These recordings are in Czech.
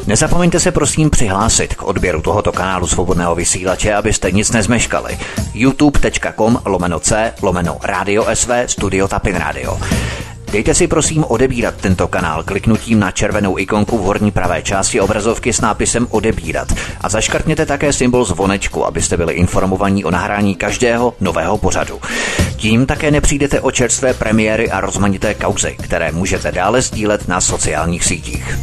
Nezapomeňte se prosím přihlásit k odběru tohoto kanálu Svobodného vysílače, abyste nic nezmeškali. youtube.com/c/Radio SV Studio Tapin Radio. Dejte si prosím odebírat tento kanál kliknutím na červenou ikonku v horní pravé části obrazovky s nápisem odebírat a zaškrtněte také symbol zvonečku, abyste byli informovaní o nahrání každého nového pořadu. Tím také nepřijdete o čerstvé premiéry a rozmanité kauzy, které můžete dále sdílet na sociálních sítích.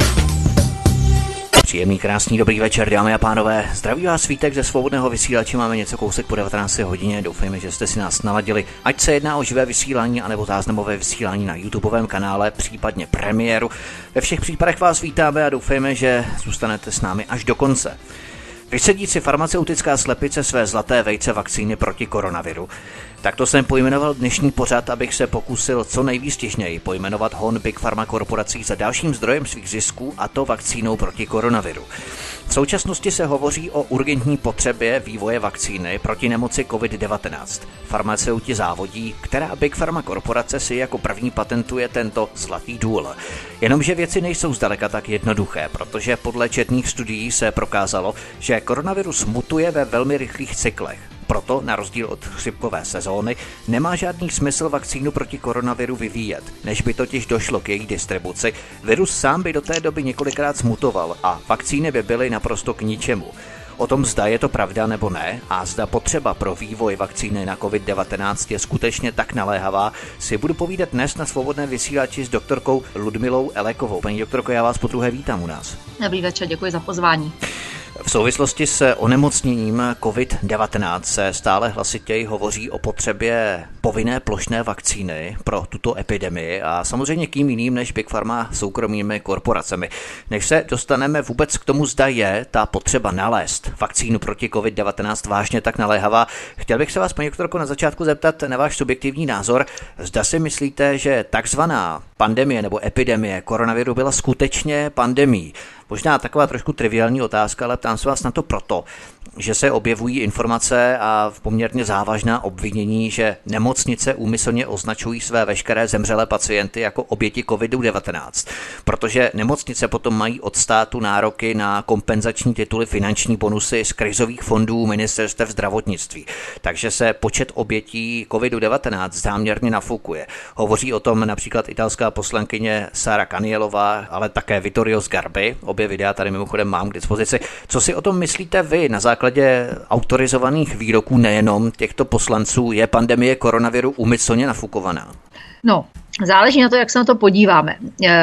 Příjemný, krásný, dobrý večer, dámy a pánové. Zdraví vás Vítek ze Svobodného vysílače. Máme něco kousek po 19. hodině. Doufejme, že jste si nás naladili. Ať se jedná o živé vysílání anebo záznamové vysílání na YouTubeovém kanále, případně premiéru. Ve všech případech vás vítáme a doufejme, že zůstanete s námi až do konce. Vysedí si farmaceutická slepice své zlaté vejce vakcíny proti koronaviru. Takto jsem pojmenoval dnešní pořad, abych se pokusil co nejvýstižněji pojmenovat hon Big Pharma korporací za dalším zdrojem svých zisků, a to vakcínou proti koronaviru. V současnosti se hovoří o urgentní potřebě vývoje vakcíny proti nemoci COVID-19. Farmaceuti závodí, která Big Pharma korporace si jako první patentuje tento zlatý důl. Jenomže věci nejsou zdaleka tak jednoduché, protože podle četných studií se prokázalo, že koronavirus mutuje ve velmi rychlých cyklech. Proto, na rozdíl od chřipkové sezóny, nemá žádný smysl vakcínu proti koronaviru vyvíjet. Než by totiž došlo k její distribuci, virus sám by do té doby několikrát zmutoval a vakcíny by byly naprosto k ničemu. O tom, zda je to pravda nebo ne a zda potřeba pro vývoj vakcíny na COVID-19 je skutečně tak naléhavá, si budu povídat dnes na Svobodném vysílači s doktorkou Ludmilou Elekovou. Paní doktorko, já vás podruhé vítám u nás. Dobrý večer, děkuji za pozvání. V souvislosti s onemocněním COVID-19 se stále hlasitěji hovoří o potřebě povinné plošné vakcíny pro tuto epidemii a samozřejmě kým jiným než Big Pharma soukromými korporacemi. Než se dostaneme vůbec k tomu, zda je ta potřeba nalézt vakcínu proti COVID-19 vážně tak naléhavá, chtěl bych se vás, paní doktorko, na začátku zeptat na váš subjektivní názor. Zda si myslíte, že takzvaná pandemie nebo epidemie koronaviru byla skutečně pandemií? Možná taková trošku triviální otázka, ale ptám se vás na to proto, že se objevují informace a poměrně závažná obvinění, že nemocnice úmyslně označují své veškeré zemřelé pacienty jako oběti COVID-19, protože nemocnice potom mají od státu nároky na kompenzační tituly, finanční bonusy z krizových fondů ministerstev zdravotnictví. Takže se počet obětí COVID-19 záměrně nafukuje. Hovoří o tom například italská poslankyně Sara Canielová, ale také Vittorio Sgarbi. Obě videa tady mimochodem mám k dispozici. Co si o tom myslíte vy na základě autorizovaných výroků nejenom těchto poslanců? Je pandemie koronaviru úmyslně nafukovaná? No, záleží na to, jak se na to podíváme.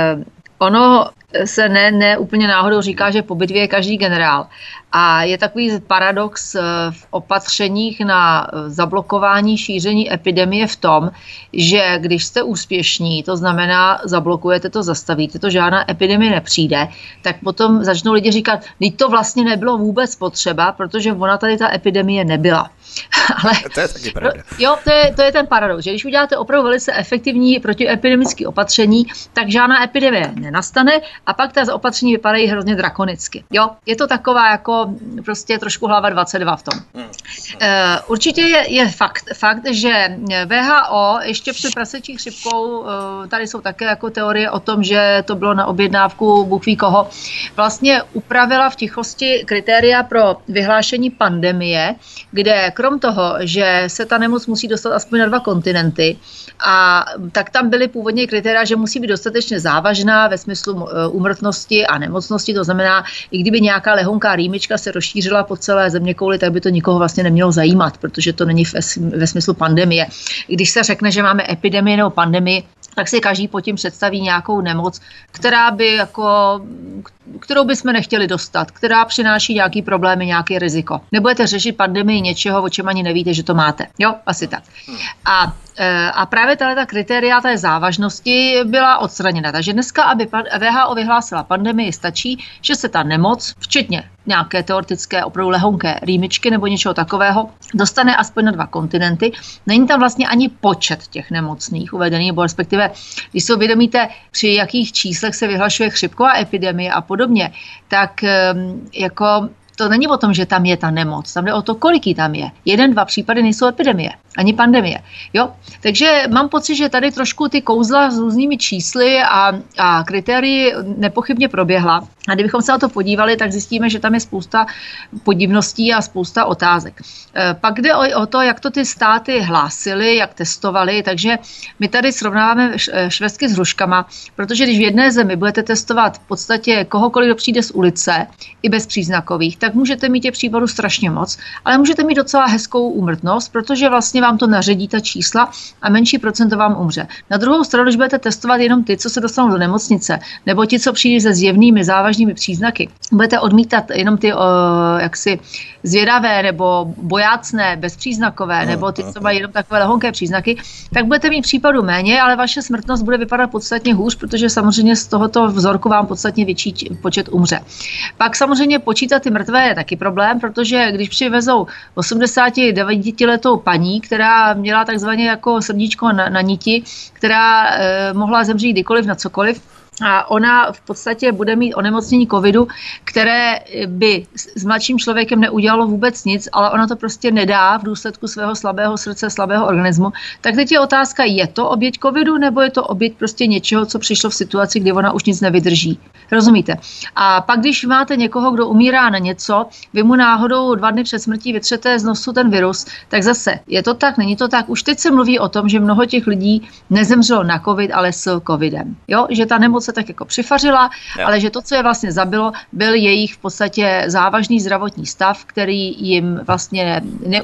Ono se ne úplně náhodou říká, že po bitvě je každý generál. A je takový paradox v opatřeních na zablokování šíření epidemie v tom, že když jste úspěšní, to znamená zablokujete to, zastavíte to, žádná epidemie nepřijde, tak potom začnou lidi říkat, teď to vlastně nebylo vůbec potřeba, protože ona tady ta epidemie nebyla. Ale to je taky pravda. Jo, to je ten paradox, že když uděláte opravdu velice efektivní protiepidemické opatření, tak žádná epidemie nenastane a pak ta opatření vypadají hrozně drakonicky. Jo, je to taková jako prostě trošku hlava 22 v tom. Určitě je fakt, že WHO ještě před prasečí chřipkou, tady jsou také jako teorie o tom, že to bylo na objednávku Bůh ví koho, vlastně upravila v tichosti kritéria pro vyhlášení pandemie, kde krom toho, že se ta nemoc musí dostat aspoň na 2 kontinenty, a tak tam byly původně kritéria, že musí být dostatečně závažná ve smyslu úmrtnosti a nemocnosti, to znamená, i kdyby nějaká lehonká rýmička se rozšířila po celé zeměkouli, tak by to nikoho vlastně nemělo zajímat, protože to není ve smyslu pandemie. Když se řekne, že máme epidemii nebo pandemii, tak si každý pod tím představí nějakou nemoc, kterou bychom nechtěli dostat, která přináší nějaký problémy, nějaké riziko. Nebudete řešit pandemii něčeho, o čem ani nevíte, že to máte. Jo, asi tak. A právě tato kritéria té závažnosti byla odstraněna. Takže dneska, aby WHO vyhlásila pandemii, stačí, že se ta nemoc, včetně nějaké teoretické, opravdu lehonké rýmičky nebo něčeho takového, dostane aspoň na 2 kontinenty. Není tam vlastně ani počet těch nemocných uvedený, nebo respektive, když si uvědomíte, při jakých číslech se vyhlašuje chřipková epidemie a podobně, tak jako to není o tom, že tam je ta nemoc, tam jde o to, kolik jí tam je. 1, 2 případy nejsou epidemie, ani pandemie. Jo? Takže mám pocit, že tady trošku ty kouzla s různými čísly a kritérii nepochybně proběhla. A kdybychom se na to podívali, tak zjistíme, že tam je spousta podivností a spousta otázek. Pak jde o to, jak to ty státy hlásily, jak testovali, takže my tady srovnáváme švestky s hruškama, protože když v jedné zemi budete testovat v podstatě kohokoliv, kdo přijde z ulice, i bezpříznakových, tak můžete mít těch případů strašně moc, ale můžete mít docela hezkou úmrtnost, protože vlastně vám to naředí ta čísla a menší procento vám umře. Na druhou stranu, když budete testovat jenom ty, co se dostanou do nemocnice, nebo ti, co přijdou se zjevnými závažnými příznaky, budete odmítat jenom ty jaksi zvědavé nebo bojácné, bezpříznakové, nebo ty, co mají jenom takové lehonké příznaky, tak budete mít případů méně, ale vaše smrtnost bude vypadat podstatně hůř, protože samozřejmě z tohoto vzorku vám podstatně větší počet umře. Pak samozřejmě počítat ty mrtvé je taky problém, protože když přivezou 89letou paní, která měla takzvaně jako srdíčko na niti, která mohla zemřít kdykoliv na cokoliv, a ona v podstatě bude mít onemocnění covidu, které by s mladším člověkem neudělalo vůbec nic, ale ona to prostě nedá v důsledku svého slabého srdce, slabého organismu. Tak teď je otázka, je to oběť covidu, nebo je to oběť prostě něčeho, co přišlo v situaci, kdy ona už nic nevydrží. Rozumíte? A pak, když máte někoho, kdo umírá na něco, vy mu náhodou 2 dny před smrtí vytřete z nosu ten virus, tak zase je to tak, není to tak. Už teď se mluví o tom, že mnoho těch lidí nezemřelo na covid, ale s covidem. Jo? Že ta nemoc se tak jako přifařila, ale že to, co je vlastně zabilo, byl jejich v podstatě závažný zdravotní stav, který jim vlastně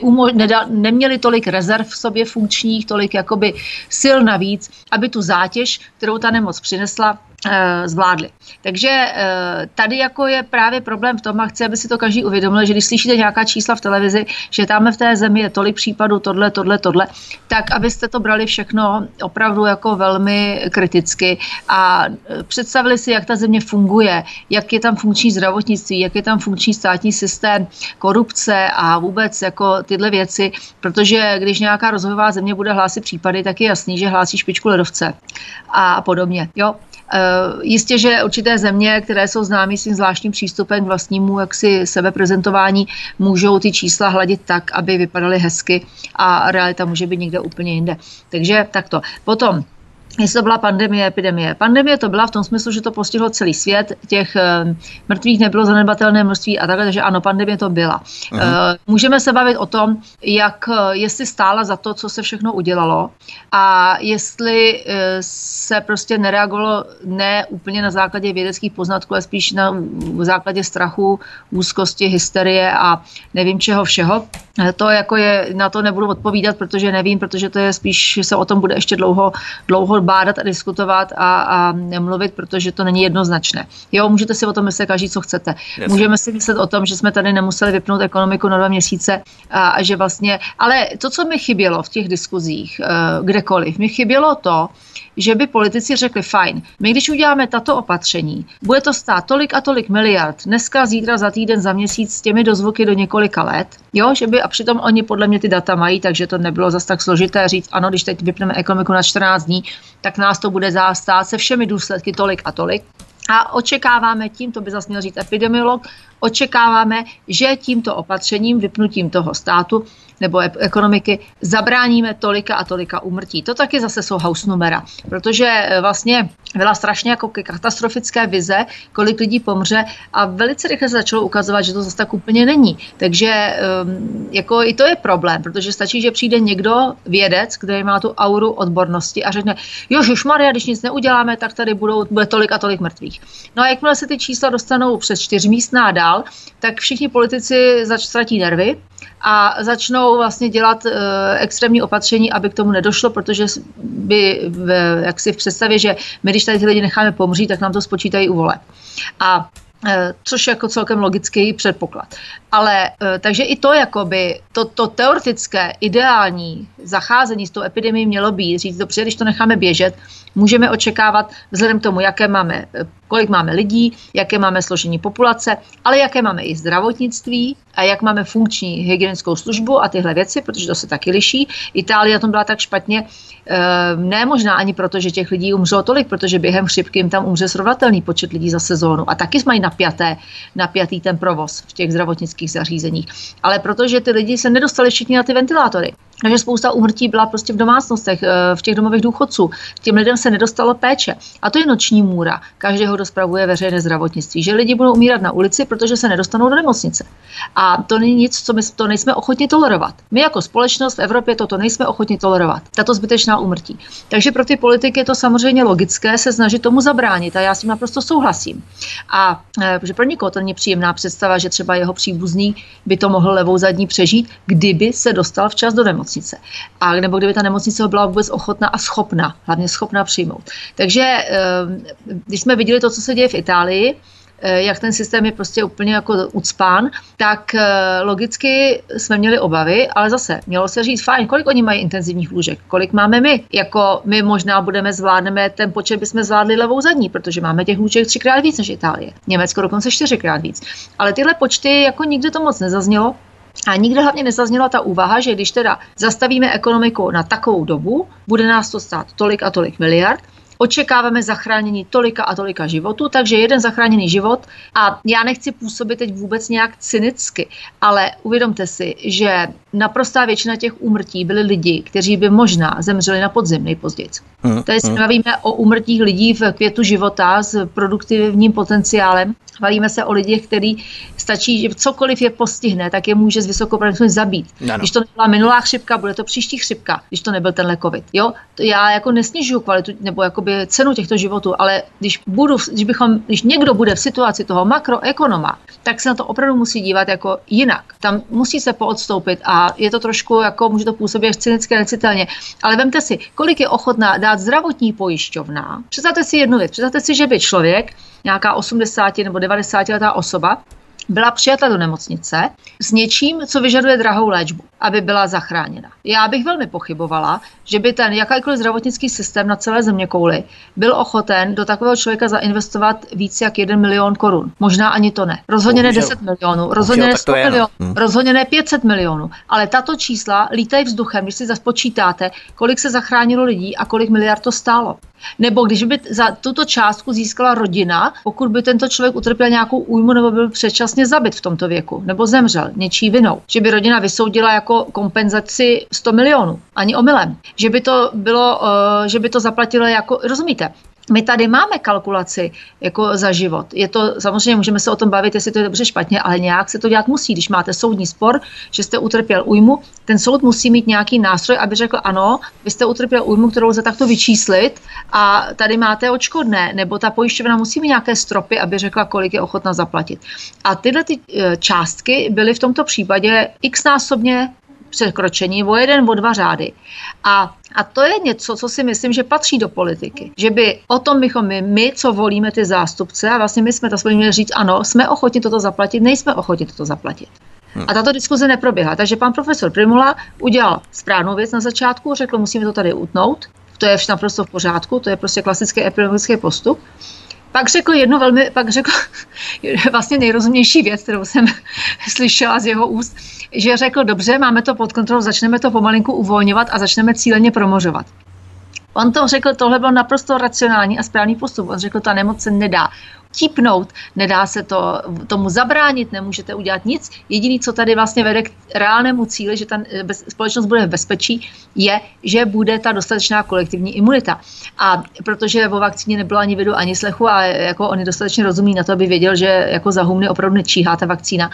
neměli tolik rezerv v sobě funkčních, tolik jakoby sil navíc, aby tu zátěž, kterou ta nemoc přinesla, zvládli. Takže tady jako je právě problém v tom, a chci, aby si to každý uvědomil, že když slyšíte nějaká čísla v televizi, že tam v té zemi je tolik případů, tohle, tak abyste to brali všechno opravdu jako velmi kriticky a představili si, jak ta země funguje, jak je tam funkční zdravotnictví, jak je tam funkční státní systém, korupce a vůbec jako tyhle věci, protože když nějaká rozvojová země bude hlásit případy, tak je jasný, že hlásí špičku ledovce a podobně. Jo? Jistě, že určité země, které jsou známí svým zvláštním přístupem k vlastnímu jaksi sebeprezentování, můžou ty čísla hladit tak, aby vypadaly hezky a realita může být někde úplně jinde. Takže takto. Potom, jestli to byla pandemie, epidemie. Pandemie to byla v tom smyslu, že to postihlo celý svět, těch mrtvých nebylo zanedbatelné množství a takhle, takže ano, pandemie to byla. Můžeme se bavit o tom, jestli stála za to, co se všechno udělalo a jestli se prostě nereagovalo ne úplně na základě vědeckých poznatků, ale spíš na základě strachu, úzkosti, hysterie a nevím čeho všeho. To jako je, na to nebudu odpovídat, protože nevím, protože to je spíš, se o tom bude ještě dlouho bádat a diskutovat a mluvit, protože to není jednoznačné. Jo, můžete si o tom myslet každý, co chcete. Yes. Můžeme si myslet o tom, že jsme tady nemuseli vypnout ekonomiku na 2 měsíce a že vlastně, ale to, co mi chybělo v těch diskuzích, kdekoliv, mi chybělo to, že by politici řekli, fajn, my když uděláme tato opatření, bude to stát tolik a tolik miliard, dneska, zítra, za týden, za měsíc, s těmi dozvuky do několika let, jo, že by, a přitom oni podle mě ty data mají, takže to nebylo zas tak složité říct, ano, když teď vypneme ekonomiku na 14 dní, tak nás to bude stát se všemi důsledky tolik a tolik. A očekáváme, to by zase měl říct epidemiolog, očekáváme, že tímto opatřením, vypnutím toho státu nebo ekonomiky, zabráníme tolika a tolika úmrtí. To taky zase jsou hausnumera, protože vlastně byla strašně jako katastrofické vize, kolik lidí pomře a velice rychle se začalo ukazovat, že to zase tak úplně není. Takže jako i to je problém, protože stačí, že přijde někdo, vědec, který má tu auru odbornosti a řekne, Ježišmarja, když nic neuděláme, tak tady bude tolik a tolik mrtvých. No a jakmile se ty čísla dostanou přes 4místná dál, tak všichni politici ztratí nervy a začnou vlastně dělat extrémní opatření, aby k tomu nedošlo, protože by jaksi v představě, že my, když tady ty lidi necháme pomřít, tak nám to spočítají u voleb. A což je jako celkem logický předpoklad. Ale takže i to jakoby, to teoretické, ideální zacházení s tou epidemií mělo být, říct dobře, když to necháme běžet, můžeme očekávat vzhledem k tomu, kolik máme lidí, jaké máme složení populace, ale jaké máme i zdravotnictví a jak máme funkční hygienickou službu a tyhle věci, protože to se taky liší. Itálie na tom byla tak špatně, ne možná ani proto, že těch lidí umřelo tolik, protože během chřipky jim tam umře srovnatelný počet lidí za sezónu a taky mají napjatý ten provoz v těch zdravotnických zařízeních, ale protože ty lidi se nedostali všichni na ty ventilátory. Takže spousta úmrtí byla prostě v domácnostech, v těch domových důchodců. Těm lidem se nedostalo péče. A to je noční můra každého, kdo spravuje veřejné zdravotnictví. Že lidi budou umírat na ulici, protože se nedostanou do nemocnice. A to není nic, co my to nejsme ochotni tolerovat. My jako společnost v Evropě toto nejsme ochotni tolerovat. Tato zbytečná úmrtí. Takže pro ty politiky je to samozřejmě logické se snažit tomu zabránit. A já s tím naprosto souhlasím. A protože pro někoho to není příjemná představa, že třeba jeho příbuzný by to mohl levou zadní přežít, kdyby se dostal včas do nemocnice. A nebo kdyby ta nemocnice byla vůbec ochotná a schopná, hlavně schopná přijmout. Takže když jsme viděli to, co se děje v Itálii, jak ten systém je prostě úplně jako ucpán, tak logicky jsme měli obavy, ale zase mělo se říct, fajn, kolik oni mají intenzivních lůžek, kolik máme my. Jako my možná zvládneme ten počet, bychom zvládli levou zadní, protože máme těch lůžek 3x víc než Itálie. Německo dokonce 4x víc. Ale tyhle počty jako nikdy to moc nezaznělo. A nikde hlavně nezazněla ta úvaha, že když teda zastavíme ekonomiku na takovou dobu, bude nás to stát tolik a tolik miliard, očekáváme zachránění tolika a tolika životů, takže jeden zachráněný život, a já nechci působit teď vůbec nějak cynicky, ale uvědomte si, že naprostá většina těch úmrtí byli lidi, kteří by možná zemřeli na podzim nejpozději. Tady se bavíme o úmrtích lidí v květu života s produktivním potenciálem. Bavíme se o lidech, který stačí, že cokoliv je postihne, tak je může s vysokou pravděpodobností zabít. Ano. Když to nebyla minulá chřipka, bude to příští chřipka, když to nebyl tenhle covid. Jo? Já jako nesnižuju kvalitu nebo jakoby cenu těchto životů, ale když někdo bude v situaci toho makroekonoma, tak se na to opravdu musí dívat jako jinak. Tam musí se poodstoupit a je to trošku jako, může to působit cynicky, necitelně, ale vemte si, kolik je ochotná dát zdravotní pojišťovna. Představte si jednu věc, představte si, že by člověk, nějaká 80 nebo 90 letá osoba, byla přijata do nemocnice s něčím, co vyžaduje drahou léčbu, aby byla zachráněna. Já bych velmi pochybovala, že by ten jakýkoliv zdravotnický systém na celé zeměkouli byl ochoten do takového člověka zainvestovat víc jak 1 milion korun. Možná ani to ne. Rozhodně ne 10 milionů, rozhodně ne 100 milionů, rozhodně ne 500 milionů. Ale tato čísla lítají vzduchem, když si započítáte, kolik se zachránilo lidí a kolik miliard to stálo. Nebo když by za tuto částku získala rodina, pokud by tento člověk utrpěl nějakou újmu nebo byl předčasně zabit v tomto věku, nebo zemřel něčí vinou, že by rodina vysoudila jako kompenzaci 100 milionů, ani omylem, že by to bylo, že by to zaplatilo jako, rozumíte? My tady máme kalkulaci jako za život. Je to, samozřejmě můžeme se o tom bavit, jestli to je dobře, špatně, ale nějak se to dělat musí. Když máte soudní spor, že jste utrpěl újmu, ten soud musí mít nějaký nástroj, aby řekl ano, vy jste utrpěl újmu, kterou lze takto vyčíslit a tady máte odškodné, nebo ta pojišťovna musí mít nějaké stropy, aby řekla, kolik je ochotna zaplatit. A tyhle ty částky byly v tomto případě xnásobně překročení o 1, o 2 řády. A to je něco, co si myslím, že patří do politiky. Že by o tom bychom my, co volíme ty zástupce, a vlastně my jsme to měli říct, ano, jsme ochotni toto zaplatit, nejsme ochotni toto zaplatit. A tato diskuze neproběhla. Takže pan profesor Prymula udělal správnou věc na začátku, řekl, musíme to tady utnout, to je naprosto v pořádku, to je prostě klasický epidemiologický postup. Pak řekl vlastně nejrozumnější věc, kterou jsem slyšela z jeho úst, že řekl, dobře, máme to pod kontrolou, začneme to pomalinku uvolňovat a začneme cíleně promořovat. On to řekl, tohle byl naprosto racionální a správný postup. On řekl, ta nemoc se nedá típnout, nedá se tomu zabránit, nemůžete udělat nic. Jediný, co tady vlastně vede k reálnému cíli, že ta společnost bude v bezpečí, je, že bude ta dostatečná kolektivní imunita. A protože o vakcíně nebylo ani vidu, ani slechu a jako on je dostatečně rozumný na to, aby věděl, že jako za humny opravdu nečíhá ta vakcína,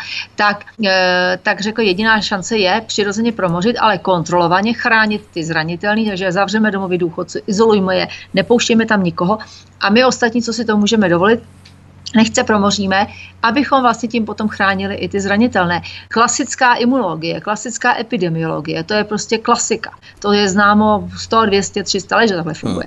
tak řekl, jediná šance je přirozeně promořit, ale kontrolovaně chránit ty zranitelný, takže zavřeme domovy důchodců, izolujme je, nepouštějme tam nikoho a my ostatní, co si to můžeme dovolit, nechce promoříme, abychom vlastně tím potom chránili i ty zranitelné. Klasická imunologie, klasická epidemiologie, to je prostě klasika. To je známo 100, 200, 300 let, že takhle funguje.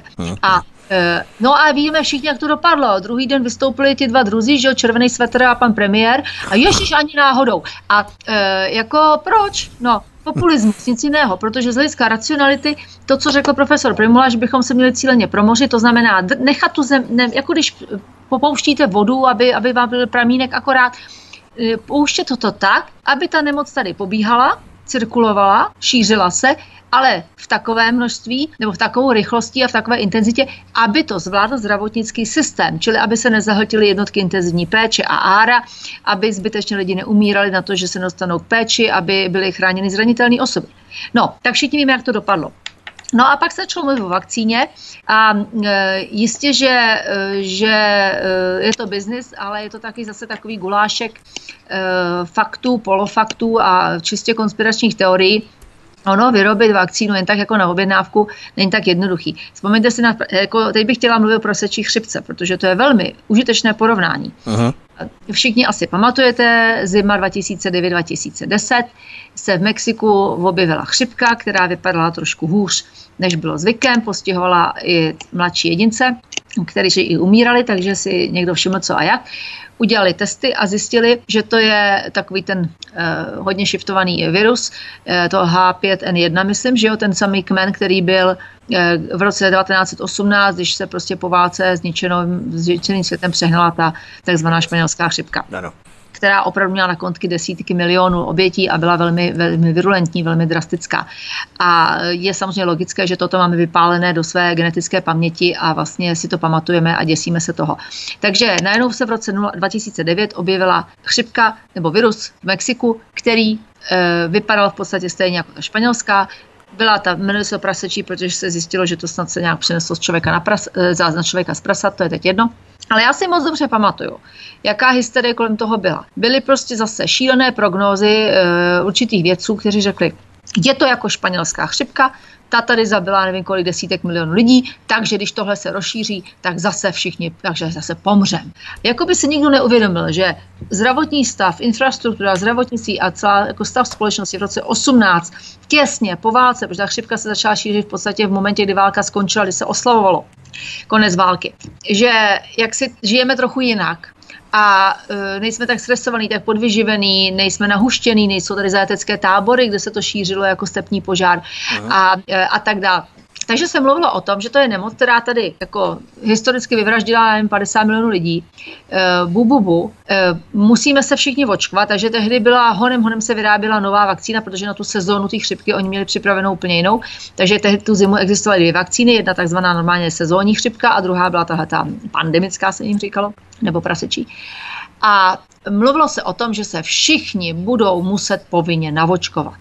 No a víme všichni, jak to dopadlo. Druhý den vystoupili ti dva druzí, že jo, červený svetr a pan premiér a ježiš ani náhodou. A jako proč? No, Populismus, nic jiného, protože z hlediska racionality, to, co řekl profesor Primula, že bychom se měli cíleně promořit, to znamená nechat tu zem, jako když popouštíte vodu, aby vám byl pramínek akorát, pouštět to tak, aby ta nemoc tady pobíhala, cirkulovala, šířila se, ale v takové množství nebo v takovou rychlosti a v takové intenzitě, aby to zvládl zdravotnický systém, čili aby se nezahltily jednotky intenzivní péče a ára, aby zbytečně lidi neumírali na to, že se dostanou k péči, aby byly chráněny zranitelné osoby. No, tak všichni víme, jak to dopadlo. No a pak se začalo mluvit o vakcíně a jistě, že je to biznis, ale je to taky zase takový gulášek faktů, polofaktů a čistě konspiračních teorií. Ono, vyrobit vakcínu jen tak jako na objednávku není tak jednoduchý. Vzpomeňte si teď bych chtěla mluvit o prasečí chřipce, protože to je velmi užitečné porovnání. Aha. Všichni asi pamatujete, zima 2009-2010 se v Mexiku objevila chřipka, která vypadala trošku hůř, než bylo zvykem, postihovala i mladší jedince, kteří i umírali, takže si někdo všiml co a jak. Udělali testy a zjistili, že to je takový ten hodně shiftovaný virus, to H5N1, myslím, že jo, ten samý kmen, který byl v roce 1918, když se prostě po válce zničeným světem přehnala ta takzvaná španělská chřipka. Ano. Která opravdu měla na kontky desítky milionů obětí a byla velmi, velmi virulentní, velmi drastická. A je samozřejmě logické, že toto máme vypálené do své genetické paměti a vlastně si to pamatujeme a děsíme se toho. Takže najednou se v roce 2009 objevila chřipka nebo virus v Mexiku, který vypadal v podstatě stejně jako ta španělská. Jmenuje se prasečí, protože se zjistilo, že to snad se nějak přeneslo z člověka na člověka z prasat, to je teď jedno. Ale já si moc dobře pamatuju, jaká hysterie kolem toho byla. Byly prostě zase šílené prognózy určitých vědců, kteří řekli, je to jako španělská chřipka, ta tady zabila nevím kolik desítek milionů lidí, takže když tohle se rozšíří, tak zase zase pomřem. Jako by si nikdo neuvědomil, že zdravotní stav, infrastruktura, zdravotnictví a celá jako stav společnosti v roce 18, těsně po válce, protože ta chřipka se začala šířit v podstatě v momentě, kdy válka skončila, kdy se oslavovalo konec války, že jak si žijeme trochu jinak. A nejsme tak stresovaní, tak podvyživený, nejsme nahuštěný, nejsou tady zajatecké tábory, kde se to šířilo jako stepní požár a tak dále. Takže se mluvilo o tom, že to je nemoc, která tady jako historicky vyvraždila 50 milionů lidí. Musíme se všichni očkovat, takže tehdy byla honem se vyráběla nová vakcína, protože na tu sezónu té chřipky oni měli připravenou úplně jinou. Takže tehdy tu zimu existovaly dvě vakcíny, jedna takzvaná normálně sezónní chřipka a druhá byla tahleta pandemická, se jim říkalo, nebo prasečí. A mluvilo se o tom, že se všichni budou muset povinně navočkovat.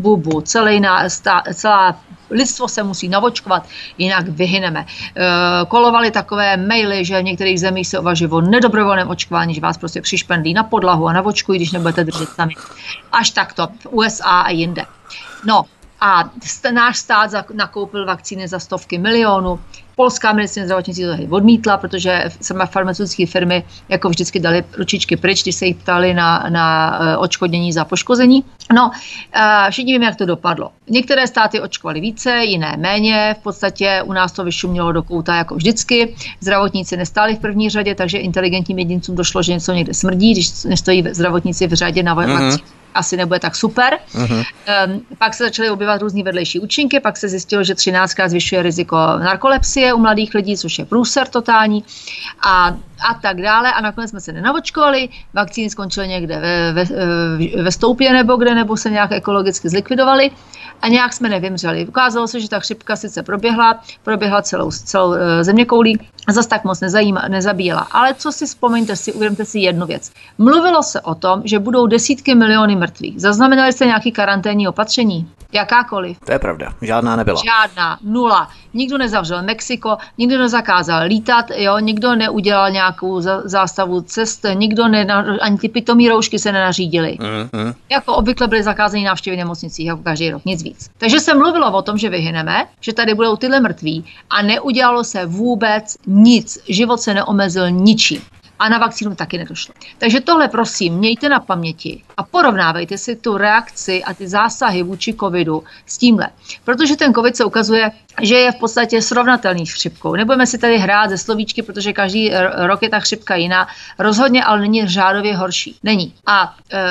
Celá lidstvo se musí navočkovat, jinak vyhyneme. Kolovaly takové maily, že v některých zemích se uvažuje o nedobrovolném očkování, že vás prostě přišpendlí na podlahu a navočkují, když nebudete držet sami. Až takto v USA a jinde. No a náš stát nakoupil vakcíny za stovky milionů. Polská medicína zdravotnictví to odmítla, protože farmaceutické firmy jako vždycky dali ručičky pryč, když se jich ptali na odškodnění za poškození. No, všichni víme, jak to dopadlo. Některé státy očkovaly více, jiné méně. V podstatě u nás to vyšumělo do kouta jako vždycky. Zdravotníci nestáli v první řadě, takže inteligentním jedincům došlo, že něco někde smrdí, když nestojí zdravotníci v řadě na vakcínu. Asi nebude tak super. Pak se začaly objevovat různý vedlejší účinky, pak se zjistilo, že 13krát zvyšuje riziko narkolepsie u mladých lidí, což je průser totální a tak dále. A nakonec jsme se nenavočkovali, vakcíny skončily někde ve stoupě nebo se nějak ekologicky zlikvidovaly a nějak jsme nevymřeli. Ukázalo se, že ta chřipka sice proběhla celou zeměkoulí a zas tak moc nezabíjela. Ale co si vzpomeňte si, uvědomte si jednu věc. Mluvilo se o tom, že budou desítky miliony mrtvých. Zaznamenali jste nějaké karanténní opatření? Jakákoliv? To je pravda, žádná nebyla. Žádná, nula. Nikdo nezavřel Mexiko, nikdo nezakázal lítat, nikdo neudělal nějakou zástavu cest, ani ty pitomí roušky se nenařídily. Jako obvykle byly zakázány návštěvy nemocnicích, jako každý rok, nic víc. Takže se mluvilo o tom, že vyhyneme, že tady budou tyhle mrtví a neudělalo se vůbec nic. Život se neomezil ničím. A na vakcínu taky nedošlo. Takže tohle prosím, mějte na paměti a porovnávejte si tu reakci a ty zásahy vůči covidu s tímhle. Protože ten covid se ukazuje, že je v podstatě srovnatelný s chřipkou. Nebudeme si tady hrát ze slovíčky, protože každý rok je ta chřipka jiná. Rozhodně ale není řádově horší. Není. A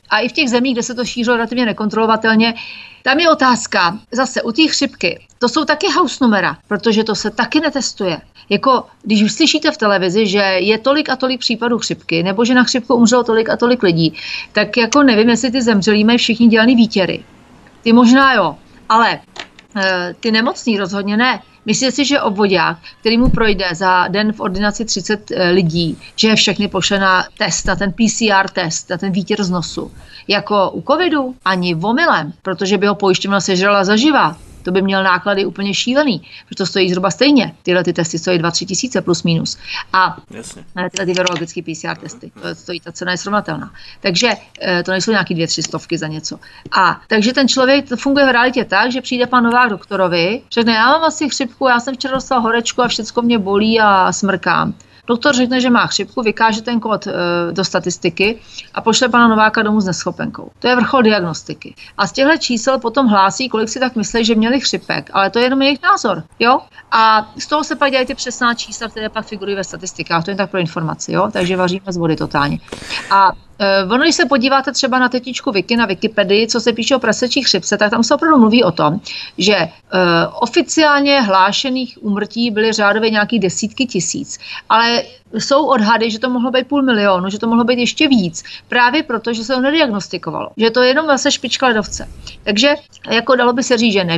A i v těch zemích, kde se to šířilo relativně nekontrolovatelně, tam je otázka, zase u té chřipky, to jsou taky house numera, protože to se taky netestuje. Jako když už slyšíte v televizi, že je tolik a tolik případů chřipky, nebo že na chřipku umřelo tolik a tolik lidí, tak jako nevím, jestli ty zemřelí mají všichni dělaný výtěry. Ty možná jo, ale ty nemocní rozhodně ne. Myslíte si, že obvodák, který mu projde za den v ordinaci 30 lidí, že je všechny pošle na test, na ten PCR test, na ten výtěr z nosu, jako u covidu? Ani omylem, protože by ho pojišťovna sežrala zaživa. To by měl náklady úplně šílený, protože to stojí zhruba stejně. Tyhle ty testy stojí 2-3 tisíce plus minus. A tyhle ty virologické PCR testy, to stojí, ta cena je srovnatelná. Takže to nejsou nějaký 2-3 stovky za něco. A takže ten člověk, to funguje v realitě tak, že přijde pan Novák doktorovi, řekne, já mám asi chřipku, já jsem včera dostal horečku a všecko mě bolí a smrkám. Doktor řekne, že má chřipku, vykáže ten kód do statistiky a pošle pana Nováka domů s neschopenkou. To je vrchol diagnostiky. A z těchto čísel potom hlásí, kolik si tak myslí, že měli chřipek, ale to je jenom jejich názor. Jo? A z toho se pak dělají ty přesná čísla, které pak figurují ve statistikách. To je tak pro informaci, jo? Takže vaříme z vody totálně. A ono, když se podíváte třeba na tetičku Wiki, na Wikipedii, co se píše o prasečí chřipce, tak tam se opravdu mluví o tom, že oficiálně hlášených úmrtí byly řádově nějaký desítky tisíc, ale jsou odhady, že to mohlo být 500 000, že to mohlo být ještě víc, právě proto, že se to nediagnostikovalo, že to je jenom zase špička ledovce. Takže jako dalo by se říct, že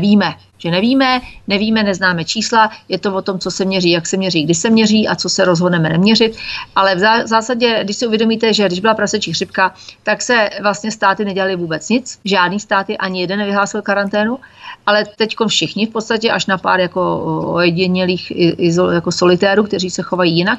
nevíme, neznáme čísla, je to o tom, co se měří, jak se měří, kdy se měří a co se rozhodneme neměřit, ale v zásadě, když si uvědomíte, že když byla prasečí chřipka, tak se vlastně státy nedělali vůbec nic, žádný státy, ani jeden nevyhlásil karanténu, ale teďkom všichni v podstatě až na pár jako ojedinělých jako solitérů, kteří se chovají jinak.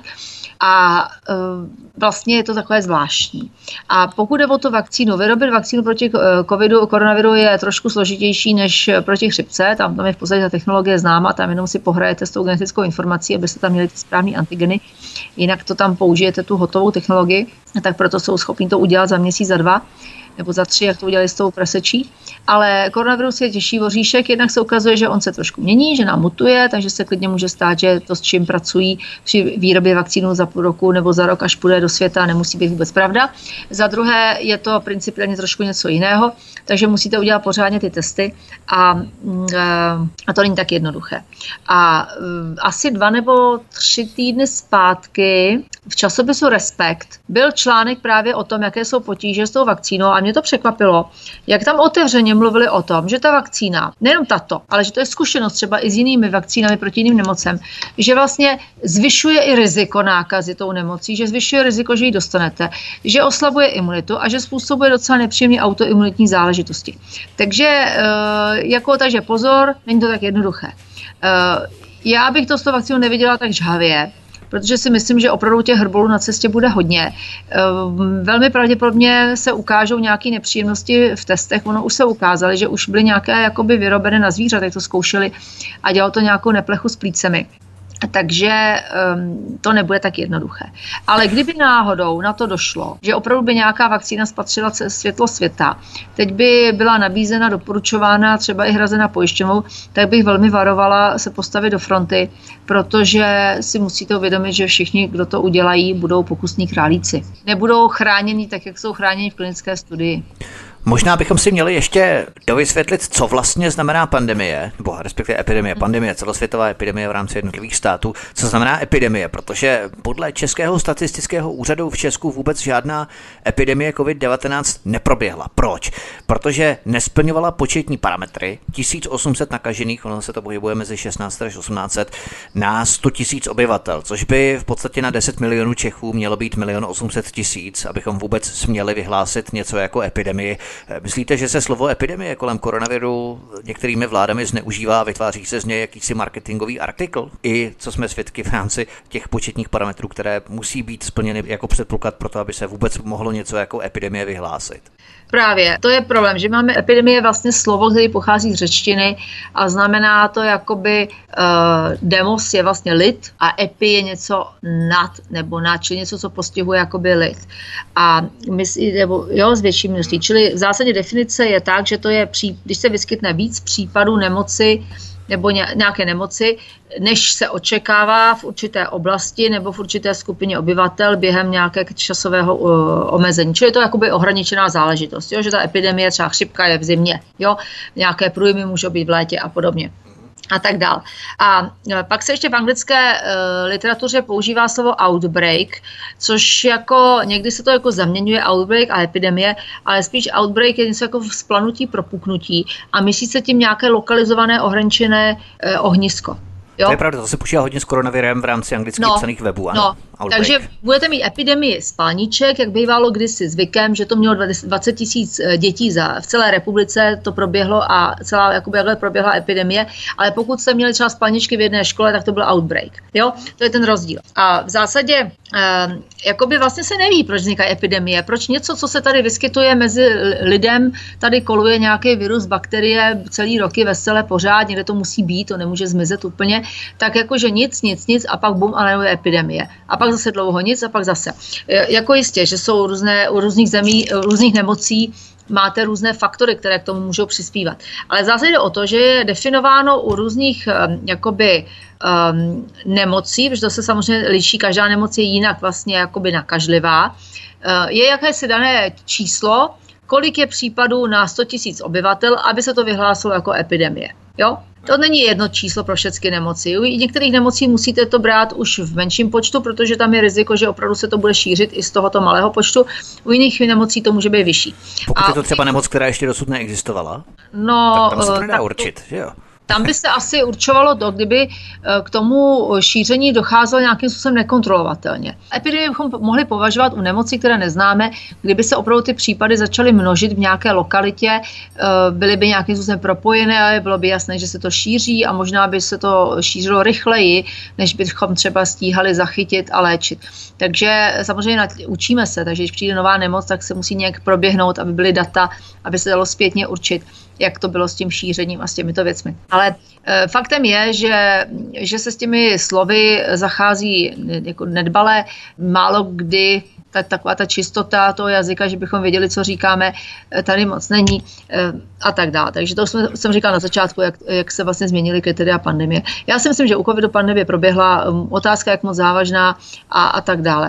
A vlastně je to takové zvláštní. A pokud jde o tu vakcínu, vyrobit vakcínu proti koronaviru je trošku složitější než proti chřipce. Tam je v podstatě ta technologie známa, tam jenom si pohrajete s tou genetickou informací, abyste tam měli ty správné antigeny. Jinak to tam použijete tu hotovou technologii, tak proto jsou schopni to udělat za měsíc, za 2 nebo za 3, jak to udělali s tou prasečí. Ale koronavirus je těžší voříšek, jednak se ukazuje, že on se trošku mění, že nám mutuje, takže se klidně může stát, že to, s čím pracují při výrobě vakcínu za půl roku nebo za rok, až půjde do světa, nemusí být vůbec pravda. Za druhé je to principiálně trošku něco jiného, takže musíte udělat pořádně ty testy a to není tak jednoduché. A asi 2 nebo 3 týdny zpátky v časopisu Respekt byl článek právě o tom, jaké jsou potíže s tou vakcínou a mě to překvapilo, jak tam otevřeně mluvili o tom, že ta vakcína, nejenom tato, ale že to je zkušenost třeba i s jinými vakcínami proti jiným nemocem, že vlastně zvyšuje i riziko nákazy tou nemocí, že zvyšuje riziko, že ji dostanete, že oslabuje imunitu a že způsobuje docela nepříjemné autoimunitní záležitosti. Takže pozor, není to tak jednoduché. Já bych to s tou vakcínou neviděla tak žhavě, protože si myslím, že opravdu těch hrbolů na cestě bude hodně. Velmi pravděpodobně se ukážou nějaké nepříjemnosti v testech. Ono už se ukázaly, že už byly nějaké jakoby vyrobené na zvířatech, to zkoušeli a dělalo to nějakou neplechu s plícemi. Takže to nebude tak jednoduché. Ale kdyby náhodou na to došlo, že opravdu by nějaká vakcína spatřila světlo světa, teď by byla nabízena, doporučována, třeba i hrazena pojišťovnou, tak bych velmi varovala se postavit do fronty, protože si musíte uvědomit, že všichni, kdo to udělají, budou pokusní králíci. Nebudou chráněni tak, jak jsou chráněni v klinické studii. Možná bychom si měli ještě dovysvětlit, co vlastně znamená pandemie, nebo respektive epidemie. Pandemie, celosvětová epidemie v rámci jednotlivých států. Co znamená epidemie? Protože podle Českého statistického úřadu v Česku vůbec žádná epidemie COVID-19 neproběhla. Proč? Protože nesplňovala početní parametry. 1800 nakažených, ono se to pohybuje mezi 16 až 1800 na 100 000 obyvatel, což by v podstatě na 10 milionů Čechů mělo být 1 800 000, abychom vůbec směli vyhlásit něco jako epidemii. Myslíte, že se slovo epidemie kolem koronaviru některými vládami zneužívá a vytváří se z něj jakýsi marketingový artikl? I co jsme svědky v rámci těch početních parametrů, které musí být splněny jako předpoklad pro to, aby se vůbec mohlo něco jako epidemie vyhlásit? Právě, to je problém, že máme epidemie vlastně slovo, které pochází z řečtiny a znamená to jakoby demos je vlastně lid a epi je něco nad nebo nad, čili něco, co postihuje jakoby lid. A z větší množství. Čili v zásadě definice je tak, že to je, když se vyskytne víc případů nemoci nebo nějaké nemoci, než se očekává v určité oblasti nebo v určité skupině obyvatel během nějakého časového omezení. Čili to je jakoby ohraničená záležitost, jo? Že ta epidemie, třeba chřipka je v zimě, jo? Nějaké průjmy můžou být v létě a podobně. A tak dál. A pak se ještě v anglické literatuře používá slovo outbreak, což jako někdy se to jako zaměňuje outbreak a epidemie, ale spíš outbreak je něco jako vzplanutí, propuknutí a myslí se tím nějaké lokalizované ohraničené ohnisko. Jo? To je pravda, to se počítá hodně s koronavirem v rámci anglicky psaných webů. Ano, takže budete mít epidemii spalniček, jak bývalo kdysi zvykem, že to mělo 20 000 dětí v celé republice, to proběhlo a celá jakoby proběhla epidemie, ale pokud jste měli třeba spalničky v jedné škole, tak to byl outbreak. Jo? To je ten rozdíl. A v zásadě jakoby vlastně se neví, proč vznikají epidemie, proč něco, co se tady vyskytuje mezi lidem, tady koluje nějaký virus, bakterie celý roky veselé pořád, někde to musí být, to nemůže zmizet úplně, tak jakože nic a pak bum a najednou je epidemie. A pak zase dlouho nic a pak zase. Jako jistě, že jsou u různých zemí, různých nemocí, máte různé faktory, které k tomu můžou přispívat. Ale zase jde o to, že je definováno u různých nemocí, protože to se samozřejmě liší, každá nemoc je jinak vlastně jakoby nakažlivá, je jakési dané číslo, kolik je případů na 100 000 obyvatel, aby se to vyhlásilo jako epidemie. Jo? To není jedno číslo pro všechny nemoci. U některých nemocí musíte to brát už v menším počtu, protože tam je riziko, že opravdu se to bude šířit i z tohoto malého počtu. U jiných nemocí to může být vyšší. Pokud je to třeba nemoc, která ještě dosud neexistovala, tak tam se to nedá určit, že jo? Tam by se asi určovalo to, kdyby k tomu šíření docházelo nějakým způsobem nekontrolovatelně. Epidemii bychom mohli považovat u nemocí, které neznáme, kdyby se opravdu ty případy začaly množit v nějaké lokalitě, byly by nějakým způsobem propojené, bylo by jasné, že se to šíří a možná by se to šířilo rychleji, než bychom třeba stíhali zachytit a léčit. Takže samozřejmě učíme se, takže když přijde nová nemoc, tak se musí nějak proběhnout, aby byly data, aby se dalo zpětně určit, jak to bylo s tím šířením a s těmito věcmi. Ale faktem je, že se s těmi slovy zachází jako nedbale, málo kdy taková ta čistota toho jazyka, že bychom věděli, co říkáme, tady moc není a tak dále. Takže to jsem říkala na začátku, jak se vlastně změnily kritéria pandemie. Já si myslím, že u covidu pandemie proběhla otázka, jak moc závažná a tak dále.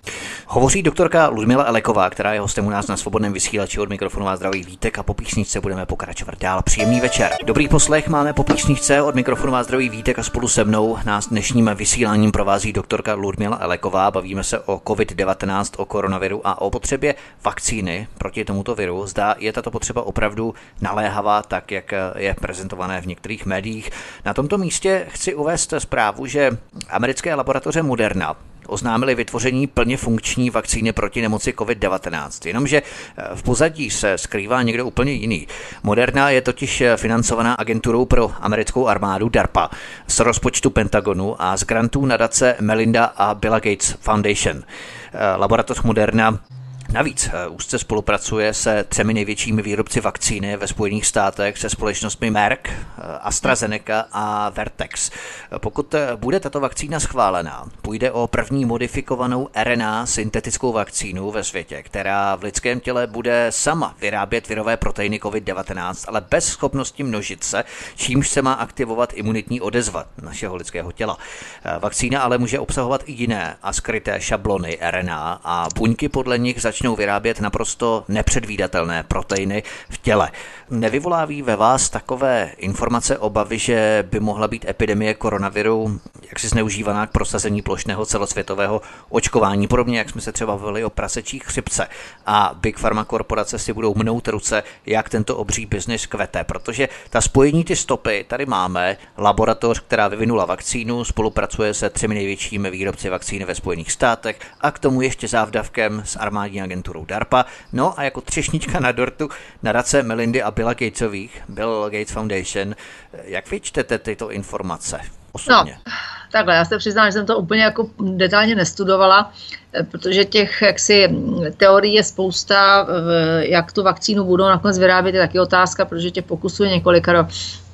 Hovoří doktorka Ludmila Eleková, která je hostem u nás na Svobodném vysílači. Od mikrofonu vás zdraví Vítek a po písničce budeme pokračovat dál. Příjemný večer. Dobrý poslech máme po písničce, od mikrofonu vás zdraví Vítek a spolu se mnou nás dnešním vysíláním provází doktorka Ludmila Eleková. Bavíme se o COVID-19, o koronaviru a o potřebě vakcíny proti tomuto viru. Zdá je tato potřeba opravdu naléhavá, tak jak je prezentované v některých médiích. Na tomto místě chci uvést zprávu, že americké laboratoře Moderna oznámili vytvoření plně funkční vakcíny proti nemoci COVID-19. Jenomže v pozadí se skrývá někdo úplně jiný. Moderna je totiž financovaná agenturou pro americkou armádu DARPA z rozpočtu Pentagonu a z grantů nadace Melinda a Billa Gates Foundation. Laboratoř Moderna navíc úzce spolupracuje se 3 největšími výrobci vakcíny ve Spojených státech, se společnostmi Merck, AstraZeneca a Vertex. Pokud bude tato vakcína schválená, půjde o první modifikovanou RNA syntetickou vakcínu ve světě, která v lidském těle bude sama vyrábět virové proteiny COVID-19, ale bez schopnosti množit se, čímž se má aktivovat imunitní odezva našeho lidského těla. Vakcína ale může obsahovat i jiné a skryté šablony RNA a buňky podle nich začnou vyrábět naprosto nepředvídatelné proteiny v těle. Nevyvolávají ve vás takové informace, obavy, že by mohla být epidemie koronaviru jaksi zneužívaná k prosazení plošného celosvětového očkování, podobně jak jsme se třeba bavili o prasečí chřipce a Big Pharma korporace si budou mnout ruce, jak tento obří biznis kvete, protože ta spojení, ty stopy tady máme, laboratoř, která vyvinula vakcínu, spolupracuje se 3 největšími výrobci vakcíny ve Spojených státech a k tomu ještě závdavkem s armádní agenturou DARPA. No a jako třešnička na dortu nadace Melindy a Billa Gatesových, Bill Gates Foundation. Jak vy čtete tyto informace osobně? No, takhle, já se přiznám, že jsem to úplně jako detailně nestudovala, protože těch jaksi teorií je spousta, jak tu vakcínu budou nakonec vyrábět, je taky otázka, protože těch pokusů je několikero.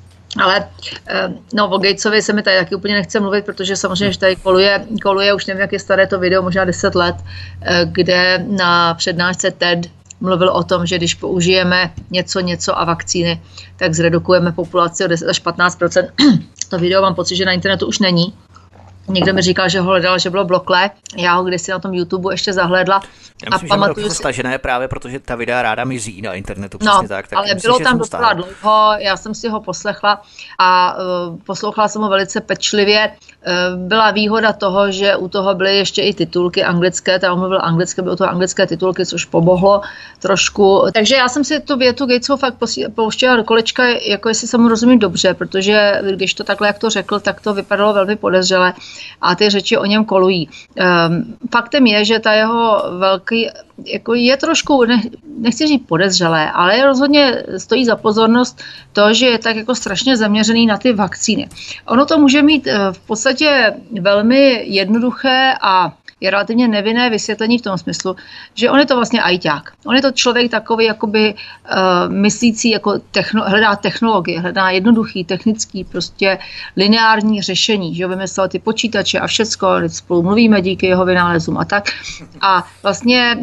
Ale no, o Gatesovi se mi tady taky úplně nechce mluvit, protože samozřejmě, že tady koluje už nevím, jak je staré to video, možná 10 let, kde na přednášce TED mluvil o tom, že když použijeme něco a vakcíny, tak zredukujeme populaci o 10 až 15%. To video mám pocit, že na internetu už není. Někdo mi říkal, že ho hledal, že bylo bloklé. Já ho kdysi na tom YouTube ještě zahlédla. Já myslím, že bylo stažené právě, protože ta videa ráda mizí na internetu. Přesně tak ale myslím, bylo tam docela dlouho, já jsem si ho poslechla a poslouchala jsem ho velice pečlivě. Byla výhoda toho, že u toho byly ještě i titulky anglické, tam mluvil anglicky, byly to anglické titulky, což pomohlo trošku. Takže já jsem si tu větu Gatesova fakt pouštěla do kolečka, jako jestli jsem mu rozumím dobře, protože když to takhle, jak to řekl, tak to vypadalo velmi podezřele a ty řeči o něm kolují. Faktem je, že ta jeho velký, jako je trošku, nechci říct podezřelé, ale rozhodně stojí za pozornost to, že je tak jako strašně zaměřený na ty vakcíny. Ono to může mít v podstatě velmi jednoduché a je relativně nevinné vysvětlení v tom smyslu, že on je to vlastně ajťák. On je to člověk takový jakoby myslící, jako hledá technologie, hledá jednoduchý, technický, prostě lineární řešení, že vymyslel ty počítače a všecko, spolu mluvíme díky jeho vynálezům a tak. A vlastně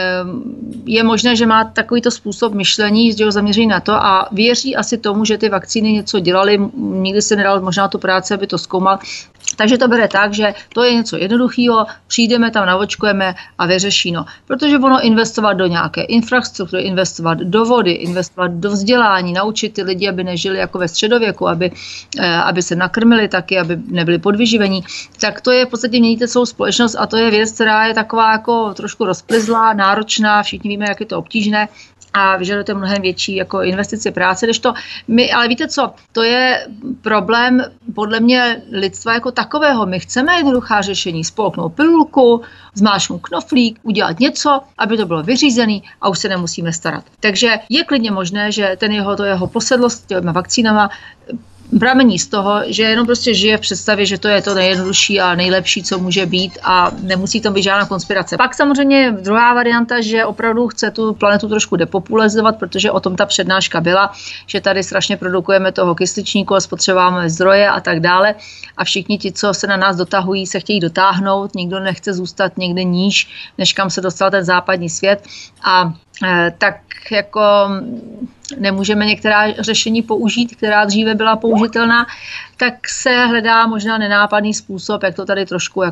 je možné, že má takovýto způsob myšlení, že ho zaměří na to a věří asi tomu, že ty vakcíny něco dělaly, nikdy se nedal možná tu práci, aby to zkoumal. Takže to bere tak, že to je něco jednoduchého, přijdeme tam, navočkujeme a vyřeší. No. Protože ono investovat do nějaké infrastruktury, investovat do vody, investovat do vzdělání, naučit ty lidi, aby nežili jako ve středověku, aby se nakrmili taky, aby nebyli podvyživení, tak to je v podstatě měníte celou společnost a to je věc, která je taková jako trošku rozplizlá, náročná, všichni víme, jak je to obtížné. A vyžadujete mnohem větší jako investici práce, ale víte co, to je problém podle mě lidstva jako takového. My chceme jednoduchá řešení, spolknout pilulku, zmáčknout knoflík, udělat něco, aby to bylo vyřízený a už se nemusíme starat. Takže je klidně možné, že to jeho posedlost těmi vakcínama pramení z toho, že jenom prostě žije v představě, že to je to nejjednodušší a nejlepší, co může být a nemusí tam být žádná konspirace. Pak samozřejmě druhá varianta, že opravdu chce tu planetu trošku depopulizovat, protože o tom ta přednáška byla, že tady strašně produkujeme toho kysličníku a spotřebováme zdroje a tak dále a všichni ti, co se na nás dotahují, se chtějí dotáhnout, nikdo nechce zůstat někde níž, než kam se dostal ten západní svět a tak jako nemůžeme některá řešení použít, která dříve byla použitelná, tak se hledá možná nenápadný způsob, jak to tady trošku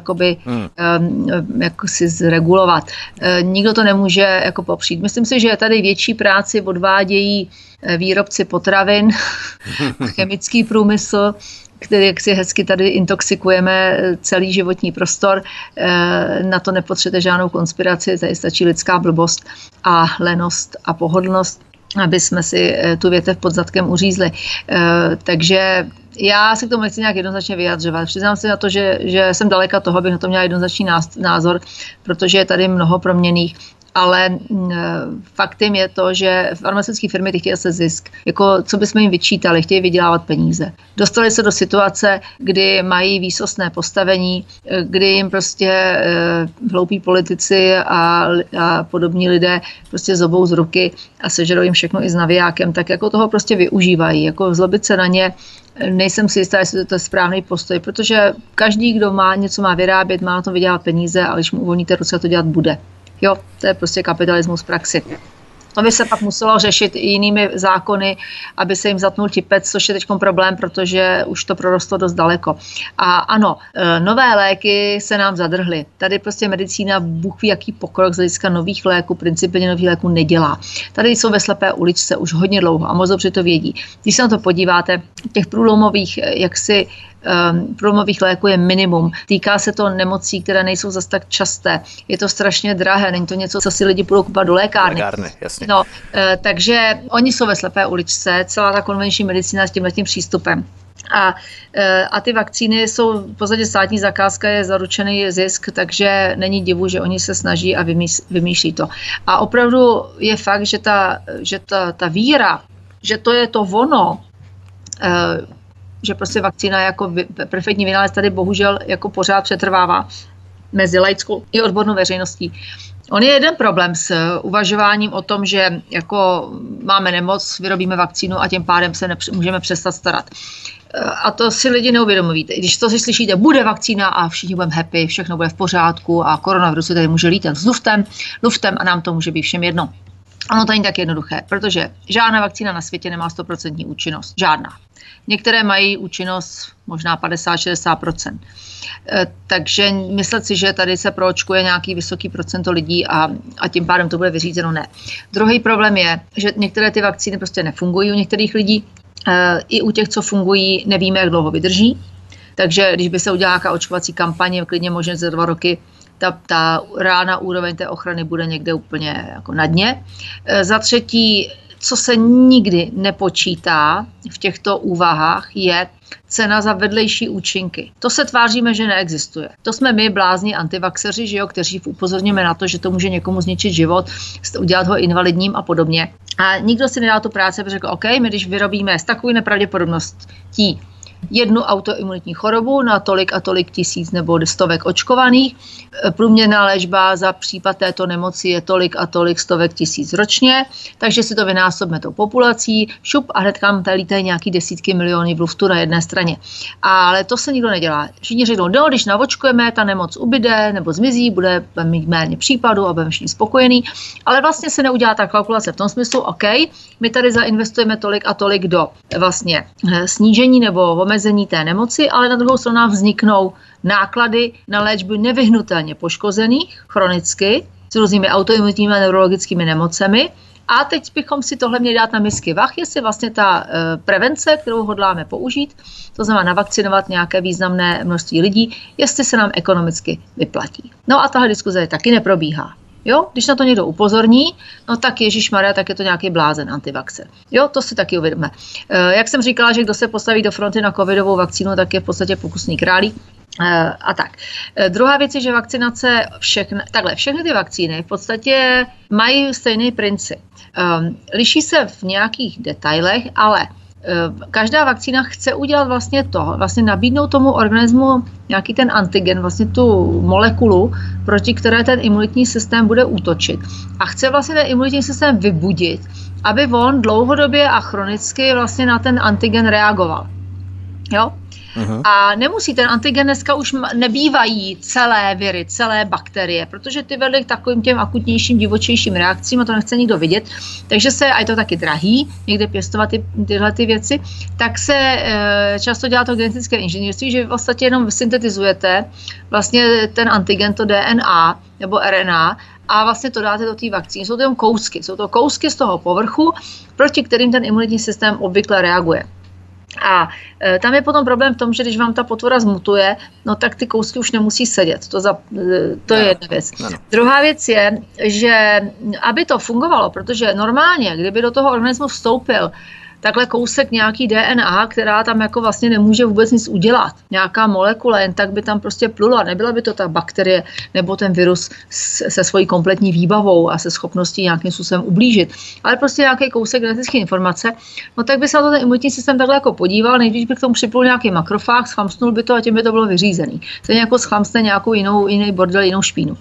jako si zregulovat. Nikdo to nemůže jako popřít. Myslím si, že tady větší práci odvádějí výrobci potravin, chemický průmysl, který jak si hezky tady intoxikujeme celý životní prostor. Na to nepotřebujete žádnou konspiraci, tady stačí lidská blbost a lenost a pohodlnost, aby jsme si tu větev pod zadkem uřízli. Takže já se k tomu nechci nějak jednoznačně vyjadřovat. Přiznám se na to, že jsem daleka toho, abych na to měla jednoznačný názor, protože je tady mnoho proměnných. Ale faktem je to, že farmaceutické firmy chtějí se zisk. Jako, co bychom jim vyčítali, chtějí vydělávat peníze. Dostali se do situace, kdy mají výsostné postavení, kdy jim prostě hloupí politici a podobní lidé prostě zobou z ruky a sežerou jim všechno i s navijákem, tak jako toho prostě využívají. Jako zlobit se na ně, nejsem si jistá, jestli to je správný postoj, protože každý, kdo má něco má vyrábět, má na tom vydělat peníze, ale když mu uvolníte ruce, to dělat bude. Jo, to je prostě kapitalismus v praxi. To by se pak muselo řešit i jinými zákony, aby se jim zatnul tipec, což je teď problém, protože už to prorostlo dost daleko. A ano, nové léky se nám zadrhly. Tady prostě medicína, Bůh ví, jaký pokrok z hlediska nových léků, principálně nových léků nedělá. Tady jsou ve slepé uličce už hodně dlouho a moc dobře to vědí. Když se na to podíváte, těch průlomových průlomových léků je minimum. Týká se to nemocí, které nejsou zas tak časté. Je to strašně drahé, není to něco, co si lidi budou kupovat do lékárny. Jasně. No, takže oni jsou ve slepé uličce, celá ta konvenční medicína s tímhletím přístupem. A ty vakcíny jsou v podstatě státní zakázka, je zaručený zisk, takže není divu, že oni se snaží a vymýšlí to. A opravdu je fakt, že ta víra, že to je to ono, že prostě vakcína jako perfektní vynález tady bohužel jako pořád přetrvává mezi laickou i odbornou veřejností. On je jeden problém s uvažováním o tom, že jako máme nemoc, vyrobíme vakcínu a tím pádem se můžeme přestat starat. A to si lidi neuvědomují. Když to si slyšíte, bude vakcína a všichni budeme happy, všechno bude v pořádku a koronavirus tady může lítat s luftem a nám to může být všem jedno. Ono to není tak jednoduché, protože žádná vakcína na světě nemá 100% účinnost. Žádná. Některé mají účinnost možná 50-60%. Takže myslet si, že tady se proočkuje nějaký vysoký procento lidí a tím pádem to bude vyřízeno, ne. Druhý problém je, že některé ty vakcíny prostě nefungují u některých lidí. I u těch, co fungují, nevíme, jak dlouho vydrží. Takže když by se udělala nějaká očkovací kampaně, klidně možná za 2 roky, ta reálná úroveň té ochrany bude někde úplně jako na dně. Za třetí, co se nikdy nepočítá v těchto úvahách, je cena za vedlejší účinky. To se tváříme, že neexistuje. To jsme my, blázni antivaxeři, že jo, kteří upozorníme na to, že to může někomu zničit život, udělat ho invalidním a podobně. A nikdo si nedá tu práci, protože řekl, OK, my když vyrobíme s takovou nepravděpodobností jednu autoimunitní chorobu na tolik a tolik tisíc nebo stovek očkovaných. Průměrná léčba za případ této nemoci je tolik a tolik stovek tisíc ročně, takže si to vynásobíme tou populací, šup a hned tam tady lítají nějaký desítky milionů v luftu na jedné straně. Ale to se nikdo nedělá. Všichni řeknou, no, když navočkujeme, ta nemoc ubyde nebo zmizí, bude mít méně případů a budeme všichni spokojení, ale vlastně se neudělá ta kalkulace v tom smyslu, OK, my tady zainvestujeme tolik a tolik do vlastně snížení nebo omezení té nemoci, ale na druhou stranu nám vzniknou náklady na léčbu nevyhnutelně poškozených chronicky s různými autoimunitními a neurologickými nemocemi. A teď bychom si tohle měli dát na misky vah, jestli vlastně ta prevence, kterou hodláme použít, to znamená navakcinovat nějaké významné množství lidí, jestli se nám ekonomicky vyplatí. No a tahle diskuze taky neprobíhá. Jo, když na to někdo upozorní, no tak ježišmarja, tak je to nějaký blázen antivaxer. Jo, to si taky uvědomíme. Jak jsem říkala, že kdo se postaví do fronty na covidovou vakcínu, tak je v podstatě pokusný králík. A tak. Druhá věc je, že vakcinace, všechny ty vakcíny v podstatě mají stejný princip. Liší se v nějakých detailech, ale každá vakcína chce udělat vlastně nabídnout tomu organismu nějaký ten antigen, vlastně tu molekulu, proti které ten imunitní systém bude útočit. A chce vlastně ten imunitní systém vybudit, aby on dlouhodobě a chronicky vlastně na ten antigen reagoval. Jo? Uhum. A nemusí, ten antigen dneska už nebývají celé viry, celé bakterie, protože ty vedly k takovým těm akutnějším, divočejším reakcím a to nechce nikdo vidět, takže se, a je to taky drahý, někde pěstovat tyhle ty věci, tak se často dělá to genetické inženýrství, že v podstatě jenom syntetizujete vlastně ten antigen, to DNA nebo RNA, a vlastně to dáte do té vakcíny. Jsou to jen kousky, jsou to kousky z toho povrchu, proti kterým ten imunitní systém obvykle reaguje. A tam je potom problém v tom, že když vám ta potvora zmutuje, no tak ty kousky už nemusí sedět. To je jedna věc. Druhá věc je, že aby to fungovalo, protože normálně, kdyby do toho organismu vstoupil takhle kousek nějaký DNA, která tam jako vlastně nemůže vůbec nic udělat. Nějaká molekula, jen tak by tam prostě plula. Nebyla by to ta bakterie nebo ten virus se svojí kompletní výbavou a se schopností nějakým způsobem ublížit. Ale prostě nějaký kousek genetické informace, no tak by se na to ten imunitní systém takhle jako podíval, nejdřív by k tomu připlul nějaký makrofág, schlamsnul by to a tím by to bylo vyřízený. Stejně jako schlamsne nějakou jiný bordel, jinou špínu.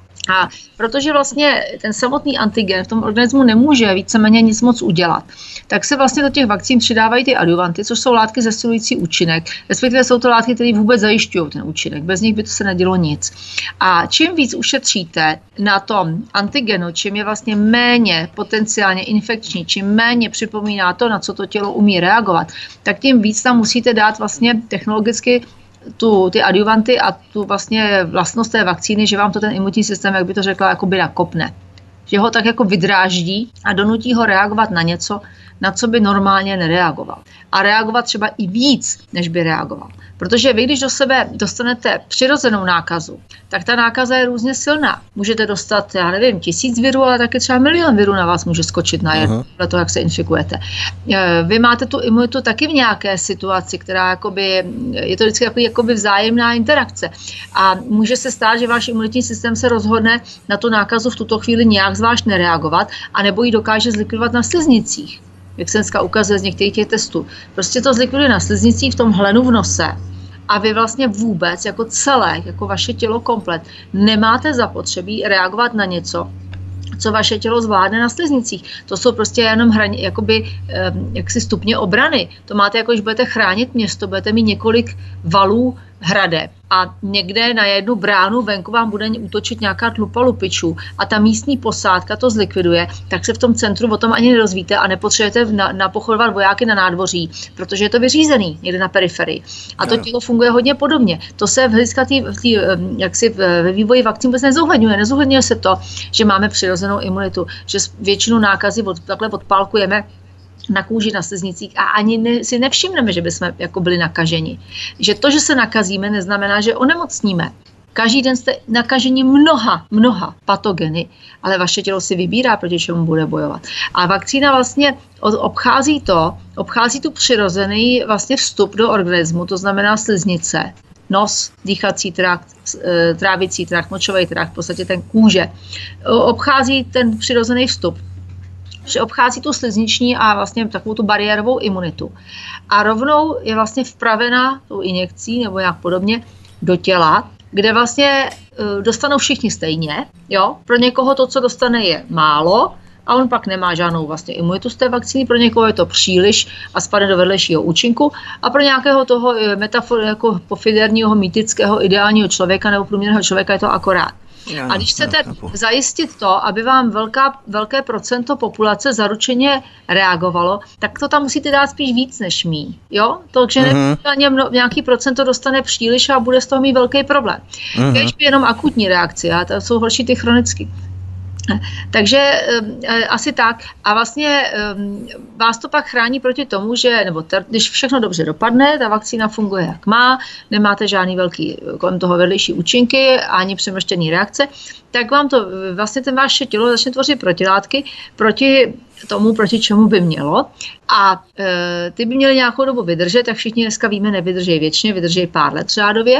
A protože vlastně ten samotný antigen v tom organismu nemůže víceméně nic moc udělat, tak se vlastně do těch vakcín přidávají ty adjuvanty, což jsou látky zesilující účinek, respektive jsou to látky, které vůbec zajišťují ten účinek, bez nich by to se nedělo nic. A čím víc ušetříte na tom antigenu, čím je vlastně méně potenciálně infekční, čím méně připomíná to, na co to tělo umí reagovat, tak tím víc tam musíte dát vlastně technologicky ty adjuvanty a tu vlastně vlastnost té vakcíny, že vám to ten imunitní systém, jak by to řekla, jakoby nakopne. Že ho tak jako vydráždí a donutí ho reagovat na něco, na co by normálně nereagoval. A reagovat třeba i víc, než by reagoval. Protože vy, když do sebe dostanete přirozenou nákazu, tak ta nákaza je různě silná. Můžete dostat, 1000 virů, ale taky třeba 1 000 000 virů na vás může skočit na jedno, podle toho, jak se infikujete. Vy máte tu imunitu taky v nějaké situaci, která jakoby, je to vždycky jakoby vzájemná interakce. A může se stát, že váš imunitní systém se rozhodne na tu nákazu v tuto chvíli nějak zvlášť nereagovat, anebo ji dokáže zlikvidovat na sliznicích. Jak se dneska ukazuje z některých těch testů. Prostě to zlikviduje na sliznicích, v tom hlenu v nose. A vy vlastně vůbec, jako celé, jako vaše tělo komplet, nemáte zapotřebí reagovat na něco, co vaše tělo zvládne na sliznicích. To jsou prostě jenom jaksi stupně obrany. To máte, jako když budete chránit město, budete mít několik valů hradeb a někde na jednu bránu venku vám bude útočit nějaká tlupa lupičů a ta místní posádka to zlikviduje, tak se v tom centru o tom ani nedozvíte a nepotřebujete napochodovat vojáky na nádvoří, protože je to vyřízený někde na periferii. A to tělo funguje hodně podobně. To se v hlediska ve vývoji vakcín vůbec nezohledňuje. Nezohledňuje se to, že máme přirozenou imunitu, že většinu nákazy takhle odpálkujeme na kůži, na sliznicích a ani si nevšimneme, že bychom jako byli nakaženi. Že to, že se nakazíme, neznamená, že onemocníme. Každý den jste nakaženi mnoha patogeny, ale vaše tělo si vybírá, proti čemu bude bojovat. A vakcína vlastně obchází tu přirozený vlastně vstup do organismu, to znamená sliznice, nos, dýchací trakt, trávicí trakt, močový trakt, v podstatě ten kůže. Obchází ten přirozený vstup. Že obchází tu slizniční a vlastně takovou tu bariérovou imunitu. A rovnou je vlastně vpravena tou injekcí nebo jak podobně do těla, kde vlastně dostanou všichni stejně. Jo? Pro někoho to, co dostane, je málo a on pak nemá žádnou vlastně imunitu z té vakcíny, pro někoho je to příliš a spadne do vedlejšího účinku a pro nějakého toho jako pofiderního, mýtického, ideálního člověka nebo průměrného člověka je to akorát. A když chcete zajistit to, aby vám velké procento populace zaručeně reagovalo, tak to tam musíte dát spíš víc než míň. Jo? Takže nějaký procento dostane příliš a bude z toho mít velký problém. Když by jenom akutní reakce, a to jsou horší ty chronicky. Takže asi tak. A vlastně vás to pak chrání proti tomu, že, když všechno dobře dopadne, ta vakcína funguje jak má, nemáte žádný velký kolem toho vedlejší účinky ani přemrštěný reakce, tak vám to vlastně ten vaše tělo začne tvořit protilátky proti tomu, proti čemu by mělo. A ty by měly nějakou dobu vydržet, tak všichni dneska víme, nevydrží věčně, vydrží pár let řádově.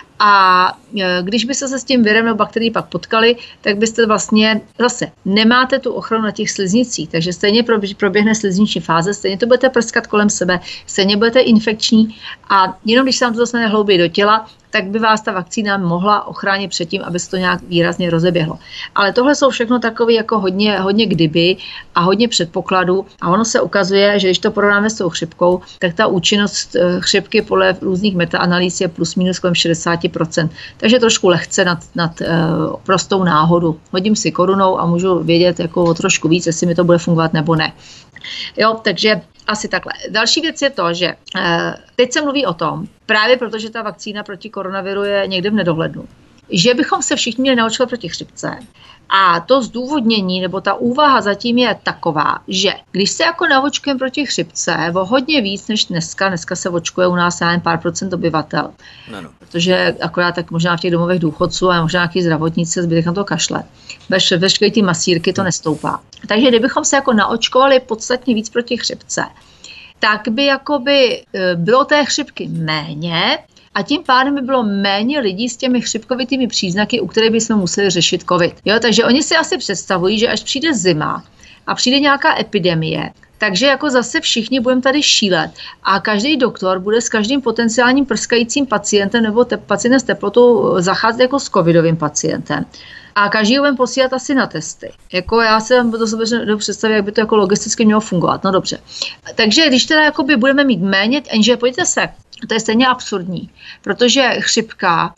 A když byste se s tím virem nebo bakterií pak potkali, tak byste vlastně zase nemáte tu ochranu na těch sliznicích, takže stejně proběhne slizniční fáze, stejně to budete prskat kolem sebe, stejně budete infekční a jenom když se vám to dostane hlouběji do těla, tak by vás ta vakcína mohla ochránit před tím, aby se to nějak výrazně rozeběhlo. Ale tohle jsou všechno takové jako hodně kdyby a hodně předpokladů a ono se ukazuje, že když to porovnáme s tou chřipkou, tak ta účinnost chřipky podle různých metaanalýz je plus minus kolem 60%. Takže trošku lehce nad prostou náhodu. Hodím si korunou a můžu vědět jako o trošku víc, jestli mi to bude fungovat nebo ne. Jo, takže asi takhle. Další věc je to, že teď se mluví o tom, právě protože ta vakcína proti koronaviru je někde v nedohlednu, že bychom se všichni měli naočkovat proti chřipce. A to zdůvodnění, nebo ta úvaha zatím je taková, že když se jako naočkujeme proti chřipce o hodně víc než dneska se očkuje u nás jen pár procent obyvatel, protože akorát tak možná v těch domovech důchodců a možná nějaký zdravotníci zbytek na to kašle. Veškeré ty masírky to nestoupá. Takže kdybychom se jako naočkovali podstatně víc proti chřipce, tak by jakoby bylo té chřipky méně, a tím pádem by bylo méně lidí s těmi chřipkovitými příznaky, u kterých bychom museli řešit covid. Jo, takže oni si asi představují, že až přijde zima a přijde nějaká epidemie, takže jako zase všichni budeme tady šílet a každý doktor bude s každým potenciálním prskajícím pacientem nebo pacientem s teplotou zacházet jako s covidovým pacientem. A každý budeme posílat asi na testy. Jako já se vám to sobě představit, jak by to jako logisticky mělo fungovat. No dobře. Takže když teda jakoby budeme mít méně, jenže pojďte se, to je stejně absurdní, protože chřipka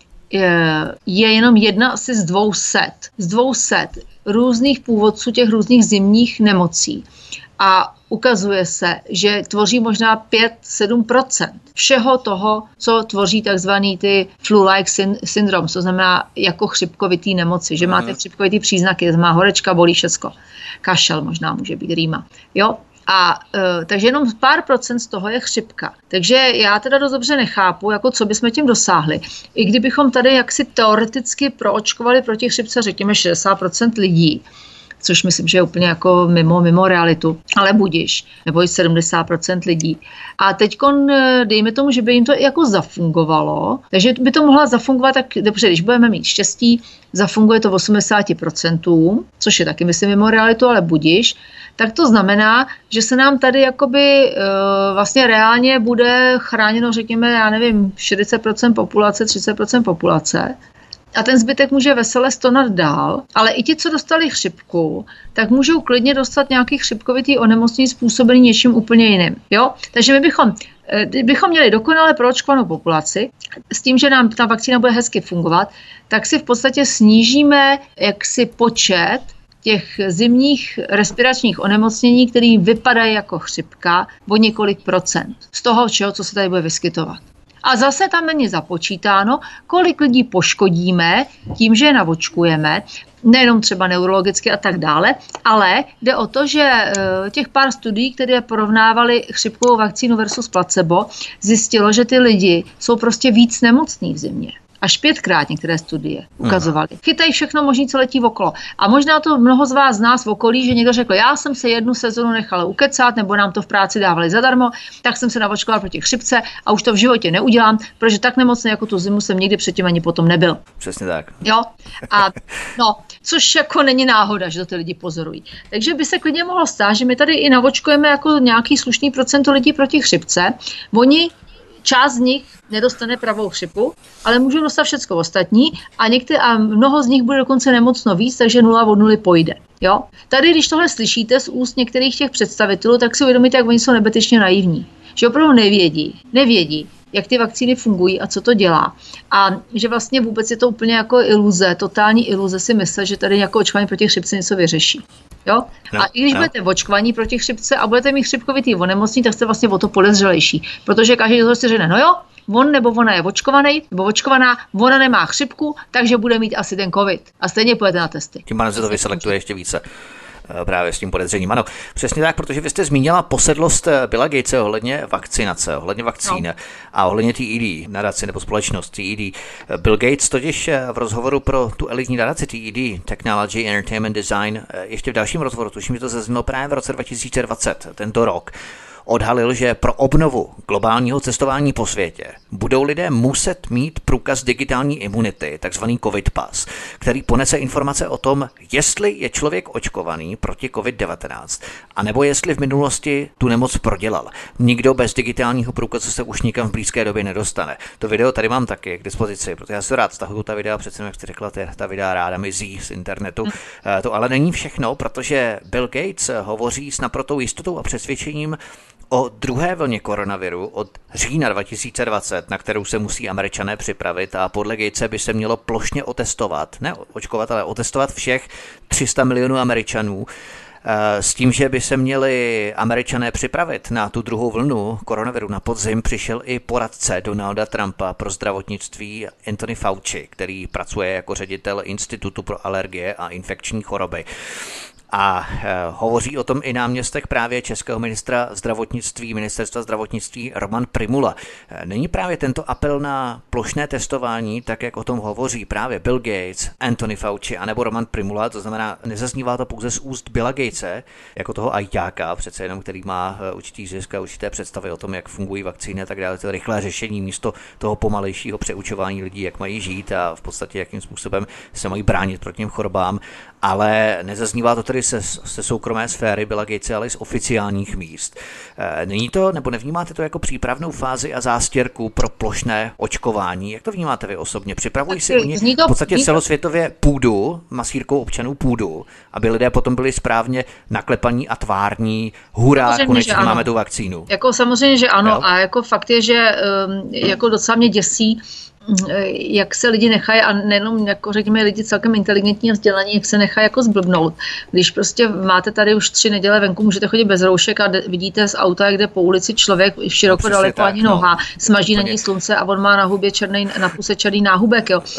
je jenom jedna asi z 200 různých původců těch různých zimních nemocí. A ukazuje se, že tvoří možná 5-7% všeho toho, co tvoří takzvaný ty flu-like syndrom, to znamená jako chřipkovitý nemoci, že máte chřipkovitý příznaky, má horečka, bolí všecko. Kašel možná může být rýma. Jo? A takže jenom pár procent z toho je chřipka. Takže já teda dost dobře nechápu, jako co bychom tím dosáhli. I kdybychom tady jaksi teoreticky proočkovali proti chřipce, řekněme 60% lidí, což myslím, že je úplně jako mimo realitu, ale budiš, nebo i 70% lidí. A teďkon dejme tomu, že by jim to jako zafungovalo, takže by to mohla zafungovat tak dobře, když budeme mít štěstí, zafunguje to 80%, což je taky myslím mimo realitu, ale budiš, tak to znamená, že se nám tady jakoby vlastně reálně bude chráněno, řekněme, já nevím, 60% populace, 30% populace. A ten zbytek může vesele stonat dál, ale i ti, co dostali chřipku, tak můžou klidně dostat nějaký chřipkovitý onemocnění způsobený něčím úplně jiným. Jo? Takže my bychom Kdybychom měli dokonale proočkovanou populaci, s tím, že nám ta vakcína bude hezky fungovat, tak si v podstatě snížíme jaksi počet těch zimních respiračních onemocnění, které vypadají jako chřipka, o několik procent z toho všeho, co se tady bude vyskytovat. A zase tam není započítáno, kolik lidí poškodíme tím, že je navočkujeme, nejenom třeba neurologicky a tak dále, ale jde o to, že těch pár studií, které porovnávaly chřipkovou vakcínu versus placebo, zjistilo, že ty lidi jsou prostě víc nemocní v zimě. Až 5krát některé studie ukazovaly. Chytají všechno možné, co letí okolo. A možná to mnoho z vás zná z okolí, že někdo řekl, já jsem se jednu sezonu nechal ukecat, nebo nám to v práci dávali zadarmo, tak jsem se navočkoval proti chřipce a už to v životě neudělám, protože tak nemocný jako tu zimu jsem nikdy předtím ani potom nebyl. Přesně tak. Jo? A no, což jako není náhoda, že to ty lidi pozorují. Takže by se klidně mohlo stát, že my tady i navočkujeme jako nějaký slušný procento lidí proti chřipce. Oni část z nich nedostane pravou chřipu, ale můžou dostat všecko ostatní a mnoho z nich bude dokonce nemocno víc, takže 0 od 0 pojde. Jo? Tady, když tohle slyšíte z úst některých těch představitelů, tak si uvědomíte, jak oni jsou nebezpečně naivní. Že opravdu nevědí, jak ty vakcíny fungují a co to dělá. A že vlastně vůbec je to úplně jako iluze, totální iluze si myslet, že tady jako očkování proti chřipce něco vyřeší. Jo? A i když budete očkovaní proti chřipce a budete mít chřipkovitý onemocnění, tak jste vlastně o to podezřelejší. Protože každý z si řekne, no jo, on nebo ona je očkovaný, nebo očkovaná, ona nemá chřipku, takže bude mít asi ten covid. A stejně půjdete na testy. Tím pádem se to vyselektuje ještě více. Právě s tím podezřením. Ano, přesně tak, protože vy jste zmínila posedlost Billa Gatese ohledně vakcinace, ohledně vakcín a ohledně TED, nadace nebo společnost TED. Bill Gates totiž v rozhovoru pro tu elitní nadaci TED, Technology, Entertainment, Design, ještě v dalším rozhovoru, tuším, že to zaznělo právě v roce 2020, tento rok, odhalil, že pro obnovu globálního cestování po světě budou lidé muset mít průkaz digitální imunity, takzvaný COVID Pass, který ponese informace o tom, jestli je člověk očkovaný proti COVID-19, anebo jestli v minulosti tu nemoc prodělal. Nikdo bez digitálního průkazu se už nikam v blízké době nedostane. To video tady mám taky k dispozici, protože já se rád stahuju ta videa, přece jak jste řekla, ta videa ráda mizí z internetu. To ale není všechno, protože Bill Gates hovoří s naprotou jistotou a přesvědčením o druhé vlně koronaviru od října 2020, na kterou se musí Američané připravit a podle Gatese by se mělo plošně otestovat, ne očkovat, ale otestovat všech 300 milionů Američanů, s tím, že by se měli Američané připravit na tu druhou vlnu koronaviru. Na podzim přišel i poradce Donalda Trumpa pro zdravotnictví Anthony Fauci, který pracuje jako ředitel Institutu pro alergie a infekční choroby. A hovoří o tom i náměstek právě českého ministerstva zdravotnictví Roman Prymula. Není právě tento apel na plošné testování, tak jak o tom hovoří právě Bill Gates, Anthony Fauci anebo Roman Prymula, to znamená, nezaznívá to pouze z úst Billa Gatese, jako toho ajťáka, přece jenom, který má určitý zisk a určité představy o tom, jak fungují vakcíny a tak dále, to rychlé řešení místo toho pomalejšího přeučování lidí, jak mají žít a v podstatě jakým způsobem se mají bránit proti těm chorobám, ale nezaznívá to tedy se soukromé sféry Billa Gatese, ale i z oficiálních míst. Není to, nebo nevnímáte to jako přípravnou fázi a zástěrku pro plošné očkování? Jak to vnímáte vy osobně? Připravují si oni v podstatě celosvětově půdu, masírkou občanů půdu, aby lidé potom byli správně naklepaní a tvární. Hurá, konečně máme tu vakcínu. Jako samozřejmě, že ano, jo? A jako fakt je, že jako docela mě děsí, jak se lidi nechají, a nejenom jako řekněme lidi celkem inteligentní a vzdělaní, jak se nechají jako zblbnout. Když prostě máte tady už 3 neděle venku, můžete chodit bez roušek a vidíte z auta, jak jde po ulici člověk široko daleko ani noha, smaží na něj slunce a on má na hubě na puse černý náhubek. Jo.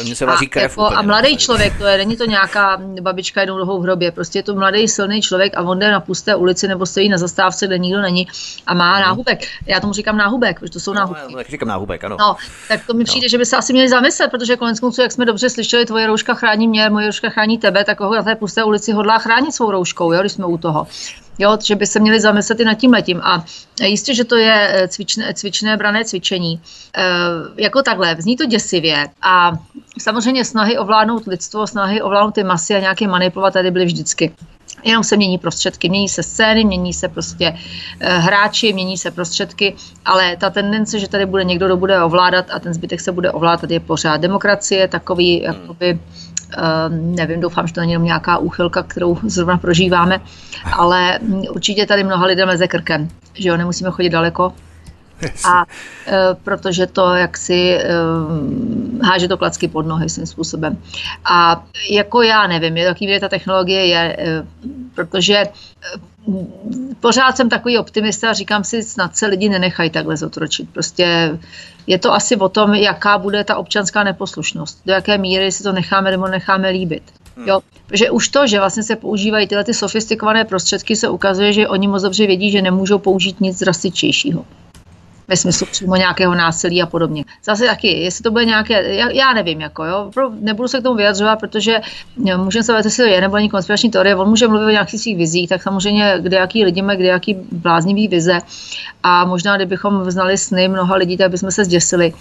A mladý člověk, není to nějaká babička jednou nohou v hrobě, prostě je to mladý silný člověk a on jde na pusté ulici nebo stojí na zastávce, kde nikdo není a má náhubek. Já tomu říkám náhubek, protože to jsou náhubky. Tak říkám náhubek, ano. No, tak to mi přijde, že by se asi měli zamyslet, protože koneckonců, jak jsme dobře slyšeli, tvoje rouška chrání mě, moje rouška chrání tebe, tak ho na té pusté ulici hodlá chránit svou rouškou, jo, když jsme u toho. Jo, že by se měli zamyslet i nad tímhletím. A jistě, že to je cvičné brané cvičení. Jako takhle, zní to děsivě. A samozřejmě snahy ovládnout lidstvo, snahy ovládnout ty masy a nějaké manipulovat tady byly vždycky. Jenom se mění prostředky, mění se scény, mění se prostě hráči, mění se prostředky, ale ta tendence, že tady bude někdo, kdo bude ovládat a ten zbytek se bude ovládat, je pořád. Demokracie, takový, jakoby, nevím, doufám, že to není jenom nějaká úchylka, kterou zrovna prožíváme, ale určitě tady mnoha lidem leze krkem, že jo, nemusíme chodit daleko. A protože to jaksi háže to klacky pod nohy svým způsobem. A jako já nevím, jaký ta technologie je, protože pořád jsem takový optimista a říkám si, snad se lidi nenechají takhle zotročit. Prostě je to asi o tom, jaká bude ta občanská neposlušnost, do jaké míry si to necháme nebo necháme líbit. Jo, protože už to, že vlastně se používají tyhle ty sofistikované prostředky, se ukazuje, že oni moc dobře vědí, že nemůžou použít nic drastičtějšího. Ve smyslu přímo nějakého násilí a podobně. Zase taky, jestli to bude nějaké, já nevím, jako jo, nebudu se k tomu vyjadřovat, protože můžeme se vědět, jestli to je nebo není konspirační teorie, on může mluvit o nějakých svých vizích, tak samozřejmě kdejaký lidi mají kdejaký bláznivý vize a možná, kdybychom znali sny mnoha lidí, tak bychom se zděsili.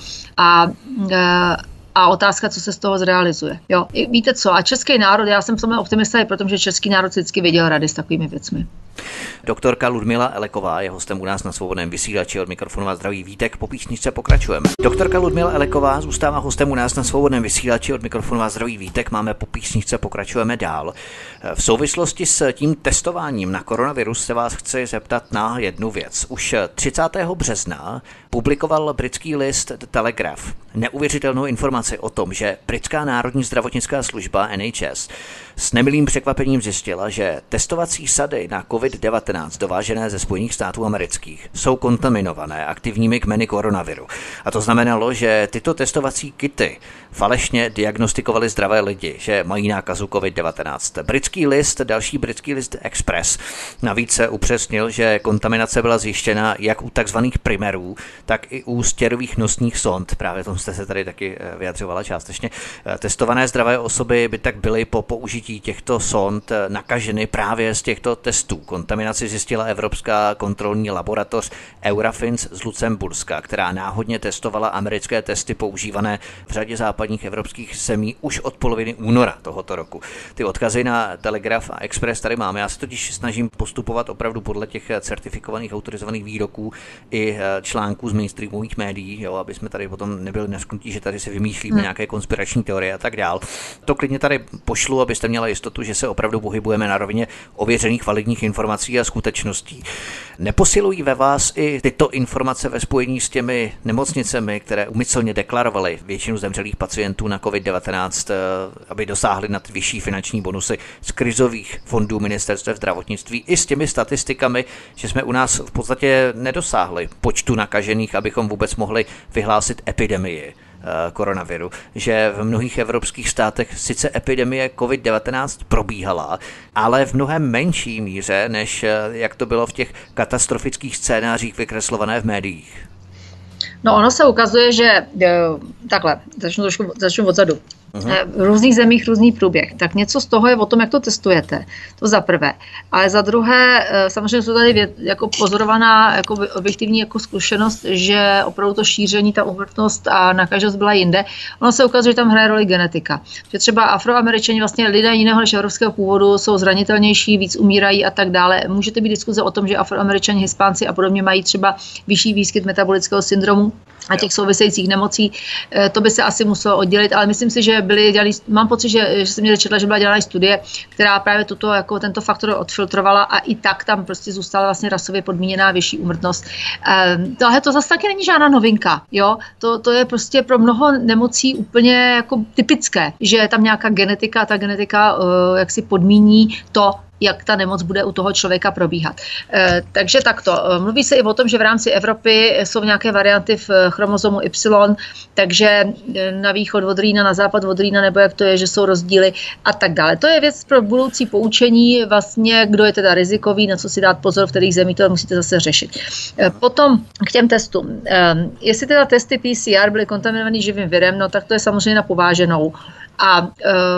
A otázka, co se z toho zrealizuje. Jo, víte co, a český národ, já jsem samozřejmě optimista, protože český národ vždycky věděl rady s takovými věcmi. Doktorka Ludmila Eleková je hostem u nás na Svobodném vysílači, od mikrofonu vás zdraví Vítek, po písničce pokračujeme. Doktorka Ludmila Eleková zůstává hostem u nás na Svobodném vysílači, od mikrofonu vás zdraví Vítek, máme po písničce, pokračujeme dál. V souvislosti s tím testováním na koronavirus se vás chci zeptat na jednu věc. Už 30. března publikoval britský list The Telegraph neuvěřitelnou informaci o tom, že britská národní zdravotnická služba NHS s nemilým překvapením zjistila, že testovací sady na COVID-19 dovážené ze Spojených států amerických jsou kontaminované aktivními kmeny koronaviru. A to znamenalo, že tyto testovací kity falešně diagnostikovaly zdravé lidi, že mají nákazu COVID-19. Další britský list Express navíc se upřesnil, že kontaminace byla zjištěna jak u takzvaných primerů, tak i u stěrových nosních sond. Právě tomu jste se tady taky vyjadřovala částečně. Testované zdravé osoby by tak byly po použití těchto sond nakaženy právě z těchto testů. Kontaminaci zjistila Evropská kontrolní laboratoř Eurafins z Lucemburska, která náhodně testovala americké testy používané v řadě západních evropských zemí už od poloviny února tohoto roku. Ty odkazy na Telegraph a Express tady máme. Já se totiž snažím postupovat opravdu podle těch certifikovaných, autorizovaných výroků i článků z mainstreamových médií, jo, aby jsme tady potom nebyli nasknutí, že tady si vymýšlíme nějaké konspirační teorie a tak dál. To klidně tady pošlu, abyste měla jistotu, že se opravdu pohybujeme na rovině ověřených validních informací a skutečností. Neposilují ve vás i tyto informace ve spojení s těmi nemocnicemi, které úmyslně deklarovaly většinu zemřelých pacientů na COVID-19, aby dosáhly na vyšší finanční bonusy z krizových fondů ministerstva zdravotnictví, i s těmi statistikami, že jsme u nás v podstatě nedosáhli počtu nakažených, abychom vůbec mohli vyhlásit epidemii koronaviru, že v mnohých evropských státech sice epidemie COVID-19 probíhala, ale v mnohem menší míře, než jak to bylo v těch katastrofických scénářích vykreslované v médiích. No, ono se ukazuje, že takhle, začnu odzadu. V různých zemích různý průběh. Tak něco z toho je o tom, jak to testujete. To za prvé. Ale za druhé, samozřejmě jsou tady jako pozorovaná jako objektivní jako zkušenost, že opravdu to šíření, ta úmrtnost a nakažlivost byla jinde. Ono se ukazuje, že tam hraje roli genetika. Že třeba Afroameričani, vlastně lidé jiného než evropského původu, jsou zranitelnější, víc umírají a tak dále. Můžete být diskuze o tom, že Afroameričani, Hispánci a podobně mají třeba vyšší výskyt metabolického syndromu a těch souvisejících nemocí. To by se asi muselo oddělit, ale myslím si, že mám pocit, že jsem někde četla, že byla dělaná studie, která právě tento faktor odfiltrovala a i tak tam prostě zůstala vlastně rasově podmíněná vyšší úmrtnost. Tohle to zase taky není žádná novinka, jo? To je prostě pro mnoho nemocí úplně jako typické, že je tam nějaká genetika a ta genetika jak si podmíní to, jak ta nemoc bude u toho člověka probíhat. Takže takto. Mluví se i o tom, že v rámci Evropy jsou nějaké varianty v chromozomu Y, takže na východ od Rýna, na západ od Rýna, nebo jak to je, že jsou rozdíly a tak dále. To je věc pro budoucí poučení, vlastně, kdo je teda rizikový, na co si dát pozor, v kterých zemích to musíte zase řešit. Potom k těm testům. Jestli teda testy PCR byly kontaminovaný živým virem, no tak to je samozřejmě na pováženou. A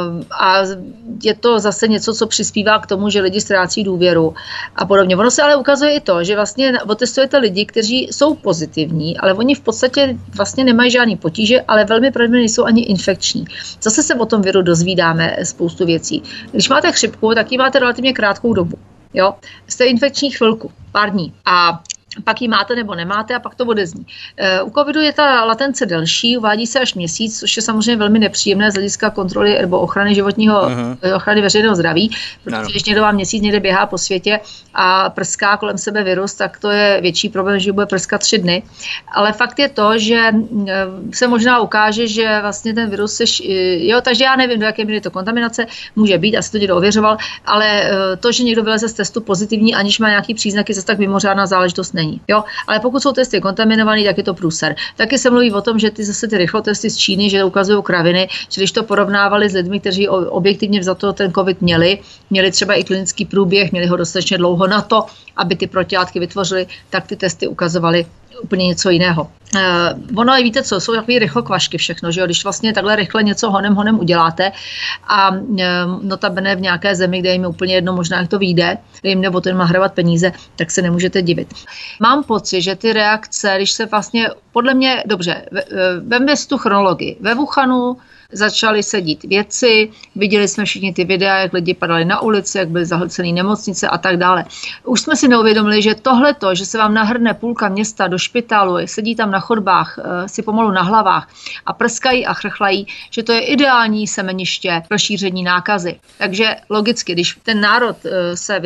je to zase něco, co přispívá k tomu, že lidi ztrácí důvěru a podobně. Ono se ale ukazuje i to, že vlastně otestujete lidi, kteří jsou pozitivní, ale oni v podstatě vlastně nemají žádný potíže, ale velmi pravděpodobně nejsou ani infekční. Zase se o tom viru dozvídáme spoustu věcí. Když máte chřipku, tak ji máte relativně krátkou dobu. Jo? Jste infekční chvilku, pár dní. A pak ji máte nebo nemáte a pak to odezní. U covidu je ta latence delší, uvádí se až měsíc, což je samozřejmě velmi nepříjemné z hlediska kontroly nebo ochrany ochrany veřejného zdraví, protože když někdo vám měsíc někde běhá po světě a prská kolem sebe virus, tak to je větší problém, že bude prskat 3 dny. Ale fakt je to, že se možná ukáže, že vlastně ten virus takže já nevím, do jaké míry to kontaminace může být, asi to někdo ověřoval, ale to, že někdo vyleze z testu pozitivní, aniž má nějaký příznaky, zase tak mimořádná záležitost není. Jo? Ale pokud jsou testy kontaminovaný, tak je to průser. Taky se mluví o tom, že ty rychlotesty z Číny, že ukazují kraviny, že když to porovnávali s lidmi, kteří objektivně za to ten covid měli třeba i klinický průběh, měli ho dostatečně dlouho na to, aby ty protilátky vytvořili, tak ty testy ukazovaly úplně něco jiného. Ono, víte co, jsou takové rychlokvašky všechno, že jo? Když vlastně takhle rychle něco honem uděláte a notabene v nějaké zemi, kde jim je úplně jedno, možná jak to vyjde, kde jim nebo to má hrabat peníze, tak se nemůžete divit. Mám pocit, že ty reakce, když se vlastně, podle mě, dobře, veme si tu chronologii. Ve Wuhanu začaly se dít věci, viděli jsme všichni ty videa, jak lidi padali na ulici, jak byly zahlcené nemocnice a tak dále. Už jsme si neuvědomili, že tohleto, že se vám nahrne půlka města do špitálu, sedí tam na chodbách, si pomalu na hlavách a prskají a chrchlají, že to je ideální semeniště pro šíření nákazy. Takže logicky, když ten národ se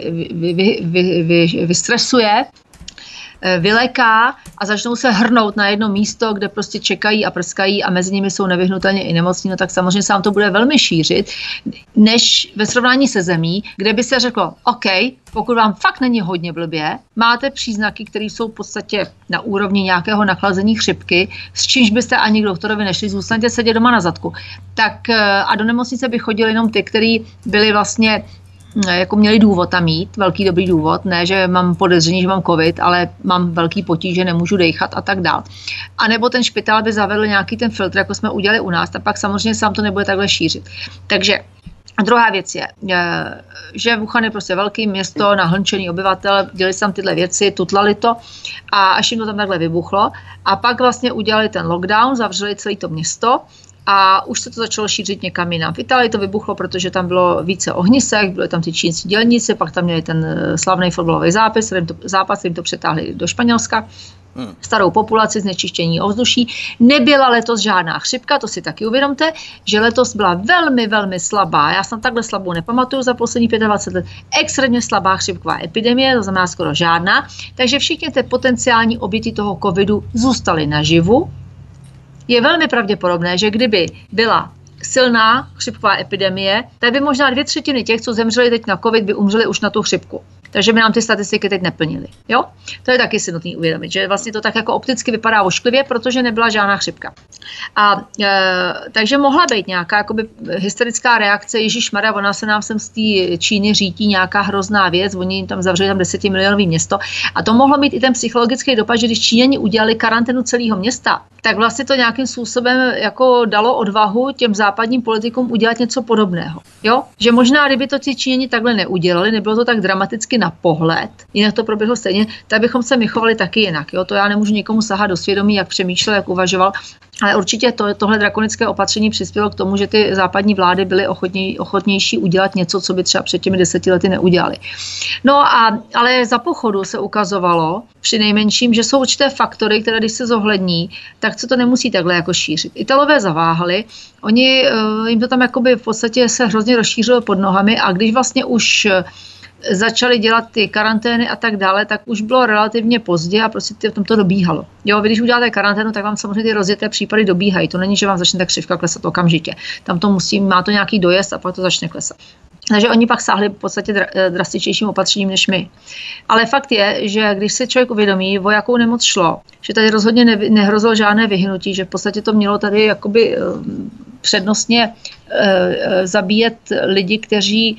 vystresuje, vyleká a začnou se hrnout na jedno místo, kde prostě čekají a prskají a mezi nimi jsou nevyhnutelně i nemocní, no tak samozřejmě se vám to bude velmi šířit, než ve srovnání se zemí, kde by se řeklo, OK, pokud vám fakt není hodně blbě, máte příznaky, které jsou v podstatě na úrovni nějakého nachlazení chřipky, s čímž byste ani k doktorovi nešli, zůstaňte sedět doma na zadku. Tak a do nemocnice by chodili jenom ty, kteří byli vlastně jako měli důvod tam jít, velký dobrý důvod, ne, že mám podezření, že mám covid, ale mám velký potíž, že nemůžu dejchat a tak dál. A nebo ten špitál by zavedl nějaký ten filtr, jako jsme udělali u nás, a pak samozřejmě sám to nebude takhle šířit. Takže a druhá věc je, že Wuhan je prostě velké město, nahlnčený obyvatel, dělali tam tyhle věci, tutlali to a až jim to tam takhle vybuchlo a pak vlastně udělali ten lockdown, zavřeli celé to město. A už se to začalo šířit někam jinam. V Itálii to vybuchlo, protože tam bylo více ohnisek, byly tam ty čínské dělníci, pak tam měli ten slavný fotbalový zápas, jim to přetáhli do Španělska. Starou populaci, znečištění ovzduší. Nebyla letos žádná chřipka, to si taky uvědomte, že letos byla velmi, velmi slabá. Já jsem takhle slabou nepamatuju za poslední 25 let. Extrémně slabá chřipková epidemie, to znamená skoro žádná. Takže všichni ty potenciální oběti toho covidu zůstaly naživu. Je velmi pravděpodobné, že kdyby byla silná chřipková epidemie, tak by možná 2/3 těch, co zemřeli teď na covid, by umřeli už na tu chřipku. Takže by nám ty statistiky teď neplnily. Jo? To je taky si nutný uvědomit, že vlastně to tak jako opticky vypadá ošklivě, protože nebyla žádná chřipka. Takže mohla být nějaká jakoby hysterická reakce, ježišmarja, ona se nám sem z té Číny řítí nějaká hrozná věc, oni tam zavřeli tam 10milionový město a to mohlo mít i ten psychologický dopad, že když Číňani udělali karanténu celého města, tak vlastně to nějakým způsobem jako dalo odvahu těm západním politikům udělat něco podobného. Jo? Že možná, kdyby to ti Číňani takhle neudělali, nebylo to tak dramaticky na pohled, jinak to proběhlo stejně, tak bychom se my chovali taky jinak. Jo? To já nemůžu nikomu sahat do svědomí, jak přemýšlel, jak uvažoval, ale určitě tohle drakonické opatření přispělo k tomu, že ty západní vlády byly ochotnější udělat něco, co by třeba před těmi 10 lety neudělali. Ale za pochodu se ukazovalo přinejmenším, že jsou určité faktory, které když se zohlední, tak se to nemusí takhle jako šířit. Italové zaváhali, jim to tam jakoby v podstatě se hrozně rozšířilo pod nohami a když vlastně už začali dělat ty karantény a tak dále, tak už bylo relativně pozdě a prostě tam to dobíhalo. Jo, vy když uděláte karanténu, tak vám samozřejmě ty rozjeté případy dobíhají. To není, že vám začne ta křivka klesat okamžitě. Tam to má to nějaký dojezd a pak to začne klesat. Takže oni pak sáhli v podstatě drastičnějším opatřením než my. Ale fakt je, že když se člověk uvědomí, o jakou nemoc šlo, že tady rozhodně nehrozilo žádné vyhnutí, že v podstatě to mělo tady jakoby přednostně zabíjet lidi, kteří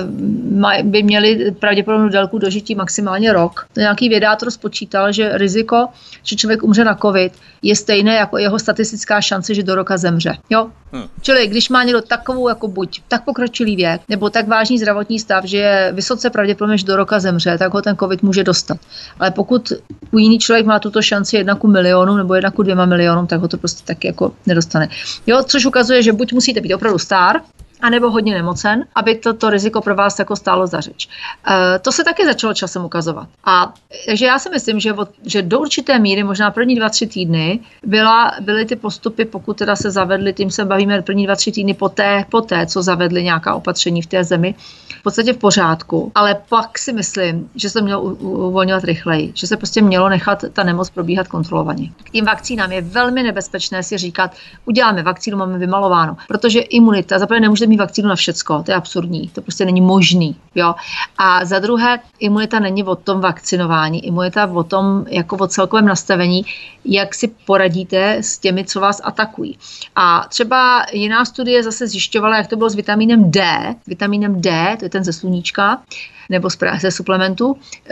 by měli pravděpodobnou délku dožití maximálně rok. To nějaký vědátor spočítal, že riziko, že člověk umře na covid, je stejné jako jeho statistická šance, že do roka zemře. Jo? Čili když má někdo takovou jako buď tak pokročilý věk, nebo tak vážný zdravotní stav, že je vysoce pravděpodobné, že do roka zemře, tak ho ten covid může dostat. Ale pokud jiný člověk má tuto šanci 1:1 nebo 1:2 milionům, tak ho to prostě taky jako nedostane. Jo? Což ukazuje, že buď musíte být opravdu star, anebo hodně nemocen, aby to riziko pro vás jako stálo za řeč. To se taky začalo časem ukazovat. Takže já si myslím, že do určité míry, možná první 2-3 týdny, byly ty postupy, pokud teda se zavedly, tím se bavíme první 2-3 týdny poté, co zavedly nějaká opatření v té zemi, v podstatě v pořádku. Ale pak si myslím, že se mělo uvolňovat rychleji, že se prostě mělo nechat ta nemoc probíhat kontrolovaně. K tím vakcínám je velmi nebezpečné si říkat, uděláme vakcínu, máme vymalováno, protože imunita, zaprvé nemůžete mít vakcínu na všecko, to je absurdní, to prostě není možný, jo. A za druhé, imunita není o tom vakcinování, imunita o tom, jako o celkovém nastavení, jak si poradíte s těmi, co vás atakují. A třeba jiná studie zase zjišťovala, jak to bylo s vitamínem D. Vitamínem D, to je ten ze sluníčka, nebo ze suplementu,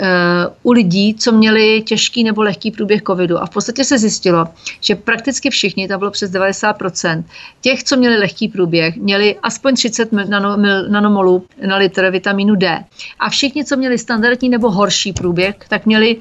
u lidí, co měli těžký nebo lehký průběh covidu. A v podstatě se zjistilo, že prakticky všichni, to bylo přes 90%, těch, co měli lehký průběh, měli aspoň 30 nanomolů na litr vitamínu D. A všichni, co měli standardní nebo horší průběh, tak měli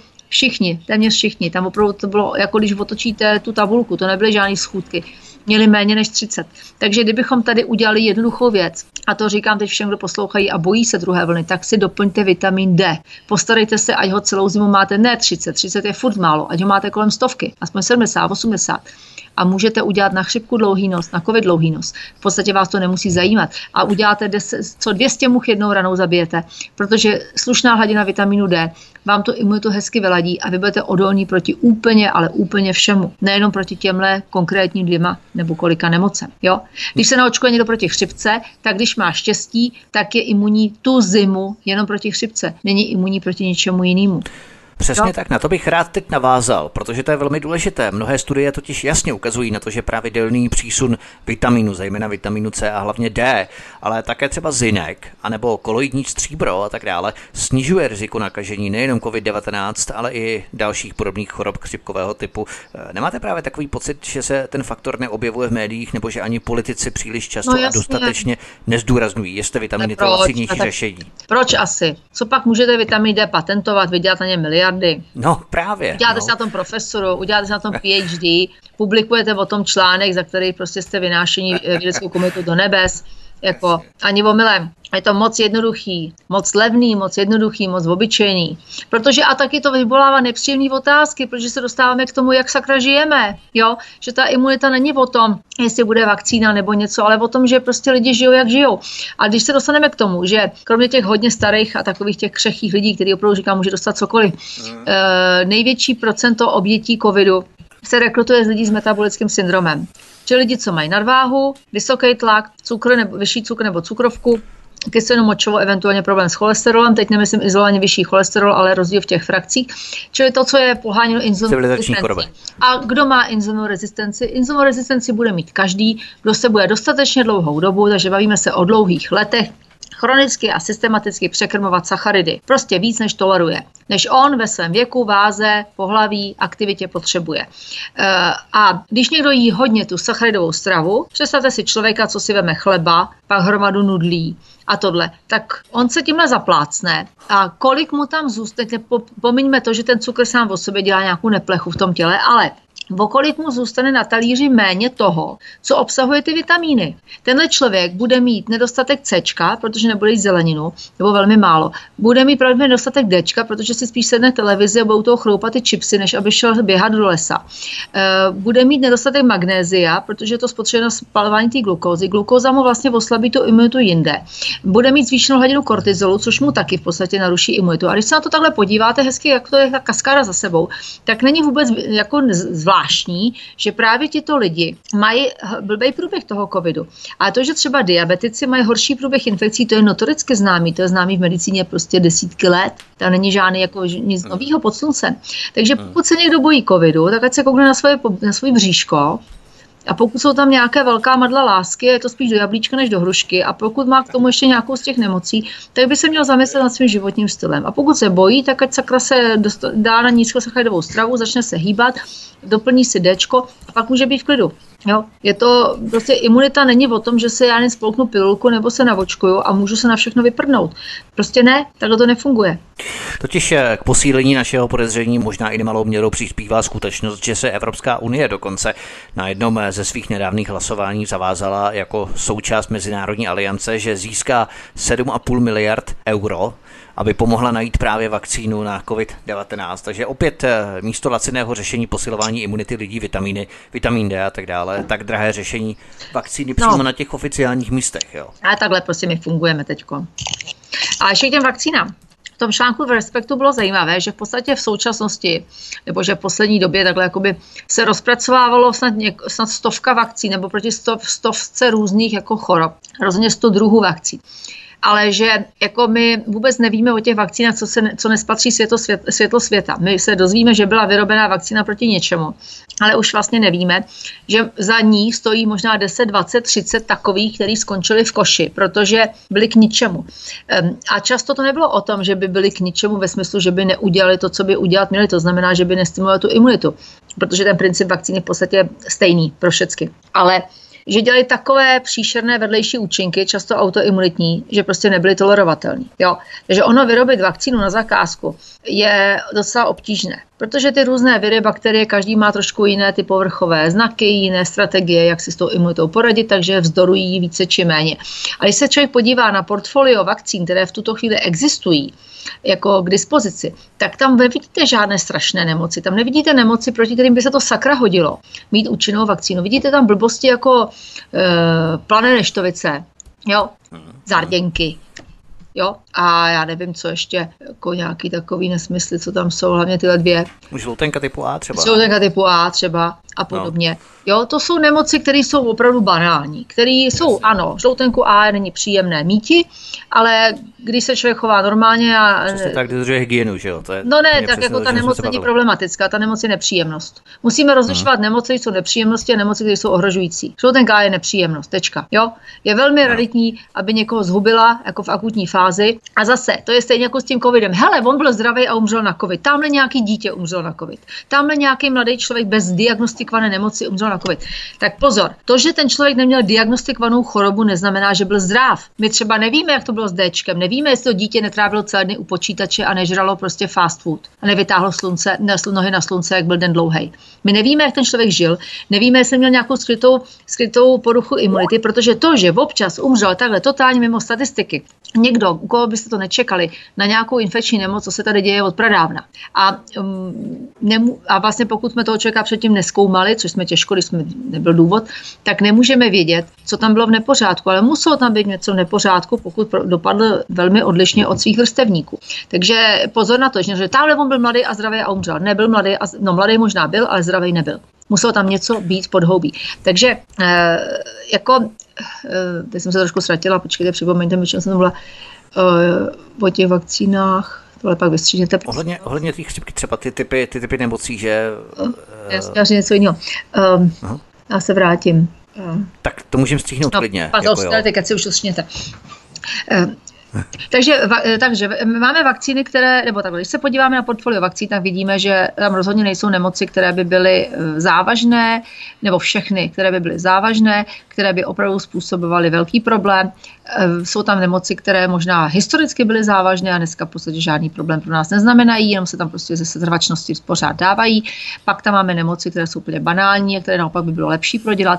téměř všichni. Tam opravdu to bylo, jako když otočíte tu tabulku, to nebyly žádný schůdky. Měli méně než 30. Takže kdybychom tady udělali jednoduchou věc, a to říkám teď všem, kdo poslouchají a bojí se druhé vlny, tak si doplňte vitamin D. Postarejte se, ať ho celou zimu máte ne 30 je furt málo, ať ho máte kolem 100, aspoň 70, 80. A můžete udělat na chřipku dlouhý nos, na covid dlouhý nos. V podstatě vás to nemusí zajímat. A uděláte 200 much jednou ranou zabijete, protože slušná hladina vitamínu D vám tu imunitu hezky vyladí a vy budete odolní proti úplně všemu. Nejenom proti těmhle konkrétním 2 nebo kolika nemocem. Jo? Když se naočkuje někdo proti chřipce, tak když má štěstí, tak je imunní tu zimu jenom proti chřipce. Není imunní proti ničemu jinému. Přesně tak, na to bych rád teď navázal, protože to je velmi důležité. Mnohé studie totiž jasně ukazují na to, že pravidelný přísun vitamínu, zejména vitamínu C a hlavně D, ale také třeba zinek, anebo koloidní stříbro a tak dále, snižuje riziko nakažení nejenom COVID-19, ale i dalších podobných chorob chřipkového typu. Nemáte právě takový pocit, že se ten faktor neobjevuje v médiích, nebo že ani politici příliš často a dostatečně nezdůrazňují, jestli vitaminy to lacinější řešení? Proč asi? Co pak můžete vitamin D patentovat, vydělat na ně miliardy? No právě. Uděláte si na tom profesoru, uděláte si na tom PhD, publikujete o tom článek, za který prostě jste vynášení vědeckou komunitu do nebes. Jako ani omylem. Je to moc jednoduchý, moc levný, moc jednoduchý, moc obyčejný. Protože a taky to vyvolává nepříjemné otázky, protože se dostáváme k tomu, jak sakra žijeme. Jo? Že ta imunita není o tom, jestli bude vakcína nebo něco, ale o tom, že prostě lidi žijou, jak žijou. A když se dostaneme k tomu, že kromě těch hodně starých a takových těch křehkých lidí, který opravdu říkám, může dostat cokoliv, největší procento obětí covidu se rekrutuje z lidí s metabolickým syndromem. Čili lidi, co mají nadváhu, vysoký tlak, vyšší cukr nebo cukrovku, kyselinu močovou, eventuálně problém s cholesterolem, teď nemyslím izolovaně vyšší cholesterol, ale rozdíl v těch frakcích, čili to, co je poháněno inzulinorezistencí. A kdo má inzulinorezistenci? Inzulinorezistenci bude mít každý, kdo se bude dostatečně dlouhou dobu, takže bavíme se o dlouhých letech, chronicky a systematicky překrmovat sacharidy. Prostě víc, než toleruje. Než on ve svém věku, váze, pohlaví, aktivitě potřebuje. A když někdo jí hodně tu sacharidovou stravu, představte si člověka, co si veme chleba, pak hromadu nudlí a tohle, tak on se tímhle zaplácne. A kolik mu tam zůstane, pomiňme to, že ten cukr sám o sobě dělá nějakou neplechu v tom těle, ale kolik mu zůstane na talíři méně toho, co obsahuje ty vitamíny. Tenhle člověk bude mít nedostatek C, protože nebude jíst zeleninu, nebo velmi málo. Bude mít pravděpodobně nedostatek D, protože si spíš sedne televizi a budou toho chroupat ty chipsy, než aby šel běhat do lesa. Bude mít nedostatek magnézia, protože je to spotřebuje na spalování té glukózy. Glukóza mu vlastně oslabí tu imunitu jinde. Bude mít zvýšenou hladinu kortizolu, což mu taky v podstatě naruší imunitu. A když se na to takhle podíváte hezky, jak to je ta kaskáda za sebou, tak není vůbec jako zvláštní, že právě tito lidi mají blbej průběh toho covidu. A to, že třeba diabetici mají horší průběh infekcí, to je notoricky známý, to je známý v medicíně prostě desítky let. Tam není žádný jako nic nového pod sluncem. Takže pokud se někdo bojí covidu, tak ať se koukne na svůj bříško. A pokud jsou tam nějaké velká madla lásky, je to spíš do jablíčka než do hrušky. A pokud má k tomu ještě nějakou z těch nemocí, tak by se měl zamyslet nad svým životním stylem. A pokud se bojí, tak ať sakra se dá na nízkosacharidovou stravu, začne se hýbat, doplní si Dčko a pak může být v klidu. Jo, je to prostě imunita není o tom, že se já jen spolknu pilulku nebo se navočkuju a můžu se na všechno vyprdnout. Prostě ne, takhle to nefunguje. Totiž k posílení našeho podezření možná i nemalou měrou přispívá skutečnost, že se Evropská unie dokonce na jednom ze svých nedávných hlasování zavázala jako součást Mezinárodní aliance, že získá 7,5 miliard euro, aby pomohla najít právě vakcínu na COVID-19. Takže opět místo laciného řešení posilování imunity lidí, vitamin D a tak dále, tak drahé řešení vakcíny přímo na těch oficiálních místech. Jo. A takhle prostě my fungujeme teďko. A ještě k těm vakcínám. V tom článku v Respektu bylo zajímavé, že v podstatě v současnosti, nebo že v poslední době takhle jakoby se rozpracovávalo snad 100 vakcín, nebo proti 100 různých jako chorob, rozhodně 100 druhů vakcín. Ale že jako my vůbec nevíme o těch vakcínách, co nespatří světlo světa. My se dozvíme, že byla vyrobená vakcína proti něčemu, ale už vlastně nevíme, že za ní stojí možná 10, 20, 30 takových, který skončili v koši, protože byli k ničemu. A často to nebylo o tom, že by byli k ničemu ve smyslu, že by neudělali to, co by udělat měli. To znamená, že by nestimulovali tu imunitu, protože ten princip vakcíny je v podstatě stejný pro všechny. Ale že dělali takové příšerné vedlejší účinky, často autoimunitní, že prostě nebyly tolerovatelné. Takže ono vyrobit vakcínu na zakázku je docela obtížné, protože ty různé viry, bakterie, každý má trošku jiné ty povrchové znaky, jiné strategie, jak si s tou imunitou poradit, takže vzdorují více či méně. A když se člověk podívá na portfolio vakcín, které v tuto chvíli existují, jako k dispozici, tak tam nevidíte žádné strašné nemoci. Tam nevidíte nemoci, proti kterým by se to sakra hodilo mít účinnou vakcínu. Vidíte tam blbosti jako plané neštovice, zárděnky, a já nevím, co ještě, jako nějaký takový nesmysly, co tam jsou, hlavně tyhle dvě. Žloutenka typu A třeba. Žloutenka typu A třeba a podobně. To jsou nemoci, které jsou opravdu banální, které jsou, ano, žloutenku A není příjemné míti, ale když se člověk chová normálně a... Přesně tak, dodržuje hygienu, že jo? Tak jako ta nemoc není problematická, ta nemoc je nepříjemnost. Musíme rozlišovat nemoci, které jsou nepříjemnosti a nemoci, které jsou ohrožující. Žloutenka A je nepříjemnost, tečka. Je velmi raritní, aby někoho zhubila, jako v akutní fázi. A zase, to je stejně jako s tím covidem. Hele, on byl zdravý a umřel na covid. Tamhle nějaký dítě umřel na covid. Tamhle nějaký mladý člověk bez diagnostikované nemoci umřel na covid. Tak pozor, to, že ten člověk neměl diagnostikovanou chorobu, neznamená, že byl zdrav. My třeba nevíme, jak to bylo s Dčkem. Nevíme, jestli to dítě netrávilo celé dny u počítače a nežralo prostě fast food a nevytáhlo nohy na slunce, jak byl den dlouhej. My nevíme, jak ten člověk žil. Nevíme, jestli měl nějakou skrytou poruchu imunity, protože to, že občas umřel takhle totálně mimo statistiky, někdo, u koho byste to nečekali, na nějakou infekční nemoc, co se tady děje od pradávna. A vlastně pokud jsme toho člověka předtím nezkoumali, což jsme těžko, když jsme nebyl důvod, tak nemůžeme vědět, co tam bylo v nepořádku, ale muselo tam být něco v nepořádku, pokud dopadl velmi odlišně od svých vrstevníků. Takže pozor na to, že tamhle on byl mladý a zdravý a umřel. Nebyl mladý, mladý možná byl, ale zdravý nebyl. Muselo tam něco být v podhoubí. Takže teď jsem se trošku ztratila, počkejte, připomeňte mi, čem jsem mluvila o těch vakcínách, tohle pak vystřížněte. Ohledně těch chřipky, třeba ty typy nemocí, že... Já říct něco jiného. Já se vrátím. Tak to můžeme stříhnout klidně. Teď si už to stříhněte. Takže máme vakcíny, které, nebo takhle, když se podíváme na portfolio vakcín, tak vidíme, že tam rozhodně nejsou nemoci, které by byly závažné, nebo všechny, které by byly závažné, které by opravdu způsobovaly velký problém. Jsou tam nemoci, které možná historicky byly závažné a dneska v podstatě žádný problém pro nás neznamenají, jenom se tam prostě ze setrvačnosti pořád dávají. Pak tam máme nemoci, které jsou úplně banální a které naopak by bylo lepší prodělat.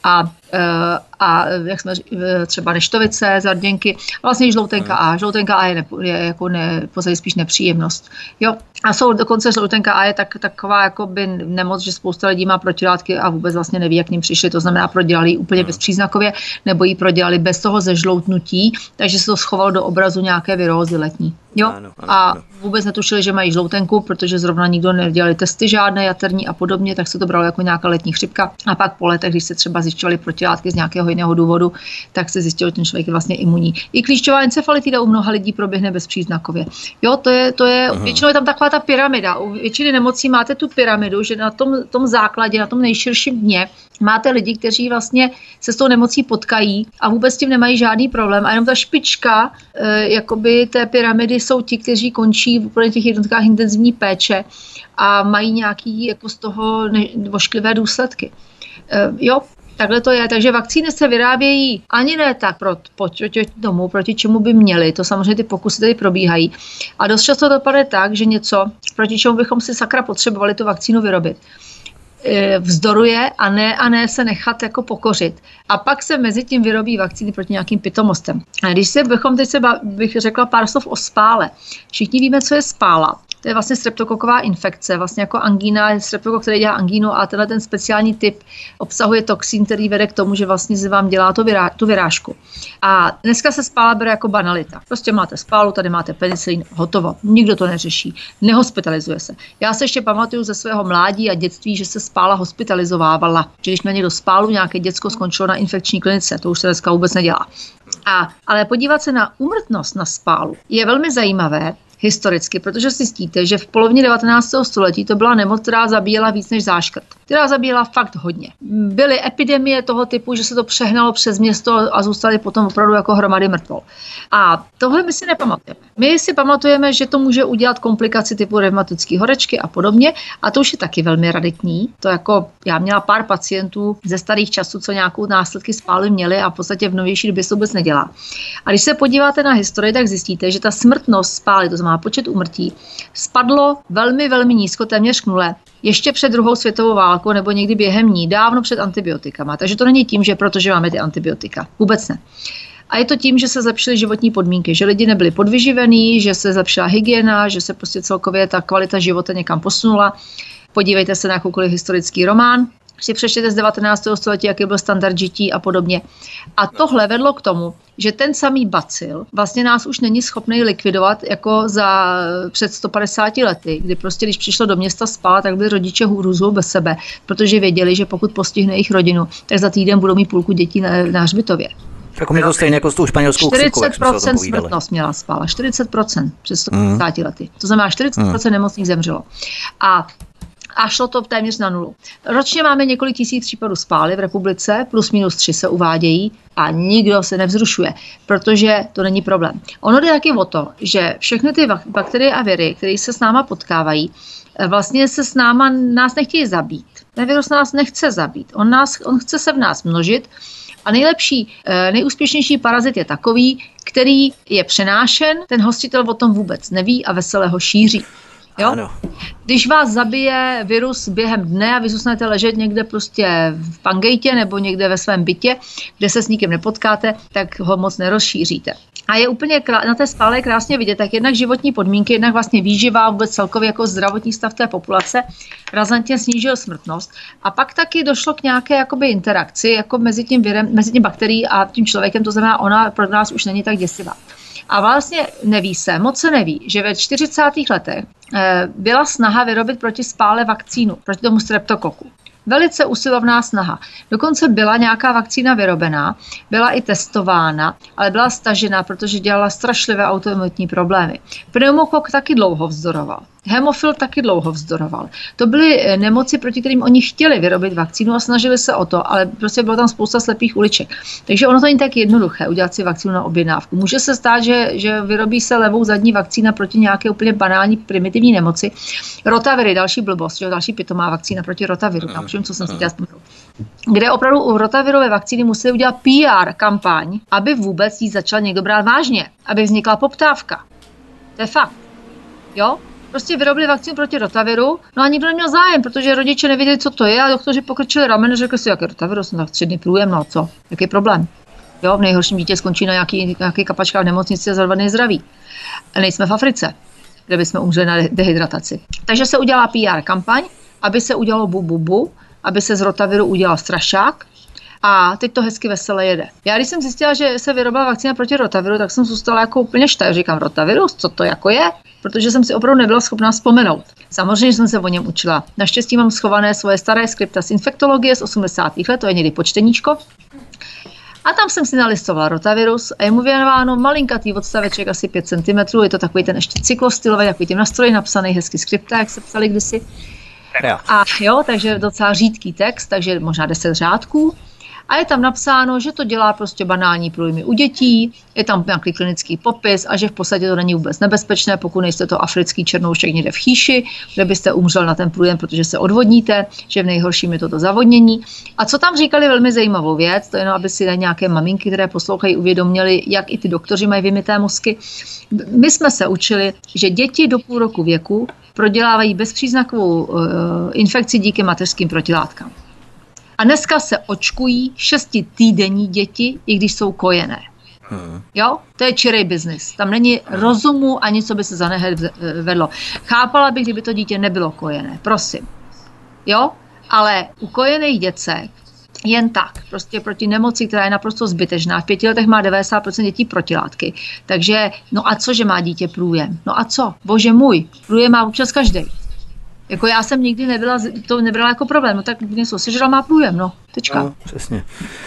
A jak jsme třeba neštovice, zarděnky, vlastně žloutenka A. Žloutenka A je jako spíš nepříjemnost. A jsou dokonce žloutenka A je taková jakoby nemoc, že spousta lidí má protilátky a vůbec vlastně neví, jak k ním přišli. To znamená, prodělali ji úplně bezpříznakově, nebo ji prodělali bez toho zežloutnutí, takže se to schovalo do obrazu nějaké virózy letní. A vůbec netušili, že mají žloutenku, protože zrovna nikdo nedělali testy žádné jaterní a podobně, tak se to bralo jako nějaká letní chřipka. A pak po letech, když se třeba zjišťovaly protilátky z nějakého jiného důvodu, tak se zjistilo, že ten člověk je vlastně imunní. I klíšťová encefalitida u mnoha lidí proběhne bezpříznakově. To je většinou je tam taková ta pyramida. U většiny nemocí máte tu pyramidu, že na tom základě, na tom nejširším dně máte lidi, kteří vlastně se s tou nemocí potkají a vůbec s tím nemají žádný problém. A jenom ta špička jakoby té pyramidy jsou ti, kteří končí v těch jednotkách intenzivní péče a mají nějaký jako z toho ošklivé důsledky. Takhle to je, takže vakcíny se vyrábějí ani ne tak proti čemu by měly, to samozřejmě ty pokusy tady probíhají. A dost často to dopadne tak, že něco, proti čemu bychom si sakra potřebovali tu vakcínu vyrobit, vzdoruje a ne se nechat jako pokořit. A pak se mezi tím vyrobí vakcíny proti nějakým pitomostem. A když bych řekla pár slov o spále. Všichni víme, co je spála. To je vlastně streptokoková infekce, vlastně jako angína, streptokok, který dělá angínu a tenhle ten speciální typ obsahuje toxín, který vede k tomu, že vlastně se vám dělá tu vyrážku. A dneska se spála bere jako banalita. Prostě máte spálu, tady máte penicilin, hotovo. Nikdo to neřeší, nehospitalizuje se. Já se ještě pamatuju ze svého mládí a dětství, že se spála hospitalizovávala. Že když měl někdo spálu, nějaké děcko skončilo na infekční klinice, to už se dneska vůbec nedělá. Ale podívat se na úmrtnost na spálu je velmi zajímavé, historicky, protože si zjistíte, že v polovině 19. století to byla nemoc, která zabíjela víc než záškrt. Která zabíjela fakt hodně. Byly epidemie toho typu, že se to přehnalo přes město a zůstaly potom opravdu jako hromady mrtvol. A tohle my si nepamatujeme. My si pamatujeme, že to může udělat komplikaci typu revmatické horečky a podobně, a to už je taky velmi raditní. To jako já měla pár pacientů ze starých časů, co nějakou následky spály měli a v podstatě v novější době se vůbec nedělá. A když se podíváte na historii, tak zjistíte, že ta smrtnost spály, to znamená počet úmrtí, spadlo velmi, velmi nízko, téměř k nule, ještě před druhou světovou válkou nebo někdy během ní, dávno před antibiotikama. Takže to není tím, že protože máme ty antibiotika. Vůbec ne. A je to tím, že se zlepšily životní podmínky, že lidi nebyli podvyživení, že se zlepšila hygiena, že se prostě celkově ta kvalita života někam posunula. Podívejte se na jakoukoliv historický román, si přečtěte z 19. století, jaký byl standard žití a podobně. A tohle vedlo k tomu, že ten samý bacil vlastně nás už není schopný likvidovat jako před 150 lety, kdy prostě, když přišlo do města spála, tak byli rodiče hůru bez sebe, protože věděli, že pokud postihne jejich rodinu, tak za týden budou mít půlku dětí na hřbitově. Jako mě to stejně jako s tou španělskou chřipkou, 40% smrtnost měla spála, 40% před 150 lety. To znamená, 40% nemocných zemřelo. A šlo to téměř na nulu. Ročně máme několik tisíc případů spály v republice, plus minus 3 se uvádějí a nikdo se nevzrušuje, protože to není problém. Ono jde taky o to, že všechny ty bakterie a viry, které se s náma potkávají, vlastně se s náma nás nechtějí zabít. Ten virus nás nechce zabít, on chce se v nás množit a nejúspěšnější parazit je takový, který je přenášen, ten hostitel o tom vůbec neví a veselé ho šíří. Jo? Ano. Když vás zabije virus během dne a vy zůstanete ležet někde prostě v pangejtě nebo někde ve svém bytě, kde se s nikým nepotkáte, tak ho moc nerozšíříte. A je úplně na té spále krásně vidět, tak jednak životní podmínky, jednak vlastně výživa, vůbec celkově jako zdravotní stav té populace razantně snížil smrtnost. A pak taky došlo k nějaké jakoby interakci jako mezi tím virem, mezi tím bakterií a tím člověkem, to znamená, ona pro nás už není tak děsivá. A vlastně moc se neví, že ve 40. letech byla snaha vyrobit proti spále vakcínu, proti tomu streptokoku. Velice usilovná snaha. Dokonce byla nějaká vakcína vyrobená, byla i testována, ale byla stažena, protože dělala strašlivé autoimunitní problémy. Pneumokok taky dlouho vzdoroval. Hemofil taky dlouho vzdoroval. To byly nemoci, proti kterým oni chtěli vyrobit vakcínu a snažili se o to, ale prostě bylo tam spousta slepých uliček. Takže ono to není tak jednoduché udělat si vakcínu na objednávku. Může se stát, že vyrobí se levou zadní vakcína proti nějaké úplně banální primitivní nemoci. Rotaviry, další blbost, že další pitomá vakcína proti rotaviru. Například, co jsem si chtěla vzpomenout. Kde opravdu u rotavirové vakcíny museli udělat PR kampaň, aby vůbec ji začal někdo brát vážně, aby vznikla poptávka. To je fakt. Jo? Prostě vyrobili vakcínu proti rotaviru, no a nikdo neměl zájem, protože rodiče nevěděli, co to je a doktoři pokrčili ramen a řekli si, jaký rotavirus, no tak 3 dny průjem, no co, jaký problém. Jo, v nejhorším dítě skončí na nějaký kapačkách v nemocnici a za 2 dny zdraví. A nejsme v Africe, kde bychom umřeli na dehydrataci. Takže se udělá PR kampaň, aby se udělalo bu, aby se z rotaviru udělal strašák. A teď to hezky veselé jede. Já když jsem zjistila, že se vyrobila vakcína proti rotaviru, tak jsem zůstala jako úplně štaj. Říkám, rotavirus, co to jako je? Protože jsem si opravdu nebyla schopná vzpomenout. Samozřejmě jsem se o něm učila. Naštěstí mám schované svoje staré skripta z infektologie z 80. let, to je někdy počteníčko. A tam jsem si nalistovala rotavirus a je mu věnováno malinkatý odstaveček, asi 5 cm. Je to takový ten ještě cyklostylový, takový tím nastroji napsaný hezky skripta, jak se psali kdysi. A jo, takže docela řídký text, takže možná 10 řádků. a je tam napsáno, že to dělá prostě banální průjmy u dětí, je tam nějaký klinický popis a že v podstatě to není vůbec nebezpečné, pokud nejste to africký černoušek někde v chýši, kde byste umřel na ten průjem, protože se odvodníte, že v nejhorším je toto zavodnění. A co tam říkali velmi zajímavou věc, to jenom, aby si nějaké maminky, které poslouchají, uvědomili, jak i ty doktoři mají vymyté mozky. My jsme se učili, že děti do půl roku věku prodělávají bezpříznakovou infekci díky mateřským protilátkám. A dneska se očkují 6týdenní děti, i když jsou kojené. Jo? To je čirý biznis. Tam není rozumu ani co by se za nehed vedlo. Chápala bych, kdyby to dítě nebylo kojené. Prosím. Jo? Ale u kojených děcek jen tak, prostě proti nemoci, která je naprosto zbytečná. V 5 letech má 90% dětí protilátky. Takže, no a co, že má dítě průjem? No a co? Bože můj, průjem má občas každý. Jako já jsem nikdy nebrala jako problém, no tak něco sežral, má průjem, no, tečka. No, přesně.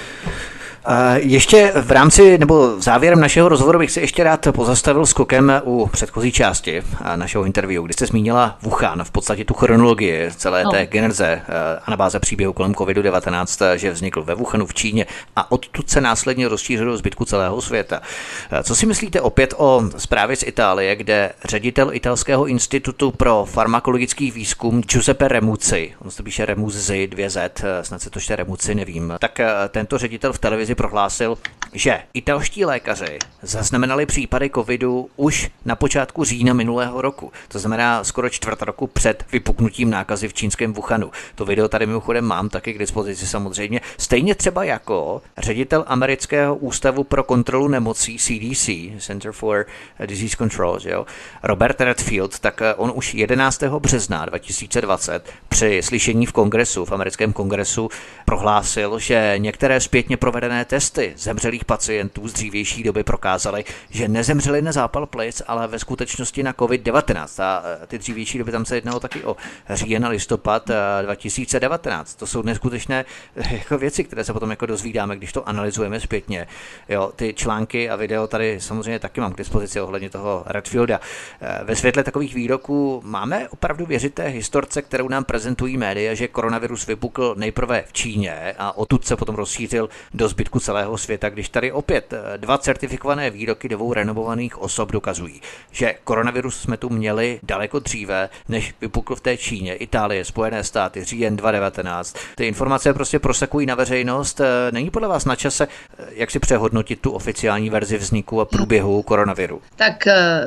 Ještě v rámci, nebo závěrem našeho rozhovoru bych si ještě rád pozastavil skokem u předchozí části našeho interview, kdy jste zmínila Wuhan, v podstatě tu chronologii celé té geneze a na báze příběhu kolem COVID-19, že vznikl ve Wuhanu v Číně a odtud se následně rozšířil do zbytku celého světa. Co si myslíte opět o zprávě z Itálie, kde ředitel italského institutu pro farmakologický výzkum Giuseppe Remuzi, on se píše Remuzi 2Z, snad se to čte Remuzi, nevím, tak tento ředitel v televizi prohlásil, že italští lékaři zaznamenali případy covidu už na počátku října minulého roku. To znamená skoro čtvrt roku před vypuknutím nákazy v čínském Wuhanu. To video tady mimochodem mám taky k dispozici samozřejmě. Stejně třeba jako ředitel amerického ústavu pro kontrolu nemocí CDC, Center for Disease Control, jo, Robert Redfield, tak on už 11. března 2020 při slyšení v kongresu, v americkém kongresu, prohlásil, že některé zpětně provedené testy zemřelých pacientů z dřívější doby prokázaly, že nezemřeli na zápal plic, ale ve skutečnosti na COVID-19. A ty dřívější doby tam se jednalo taky o říjen a listopad 2019. To jsou neskutečné jako věci, které se potom jako dozvídáme, když to analyzujeme zpětně. Jo, ty články a video tady samozřejmě taky mám k dispozici ohledně toho Redfielda. Ve světle takových výroků máme opravdu věřit té historce, kterou nám prezentují média, že koronavirus vypukl nejprve v Číně a odtud se potom rozšířil do zbytku celého světa, když tady opět 2 certifikované výroky 2 renomovaných osob dokazují, že koronavirus jsme tu měli daleko dříve, než vypukl v té Číně, Itálie, Spojené státy, říjen 2019. Ty informace prostě prosakují na veřejnost. Není podle vás na čase, jak si přehodnotit tu oficiální verzi vzniku a průběhu koronaviru? Tak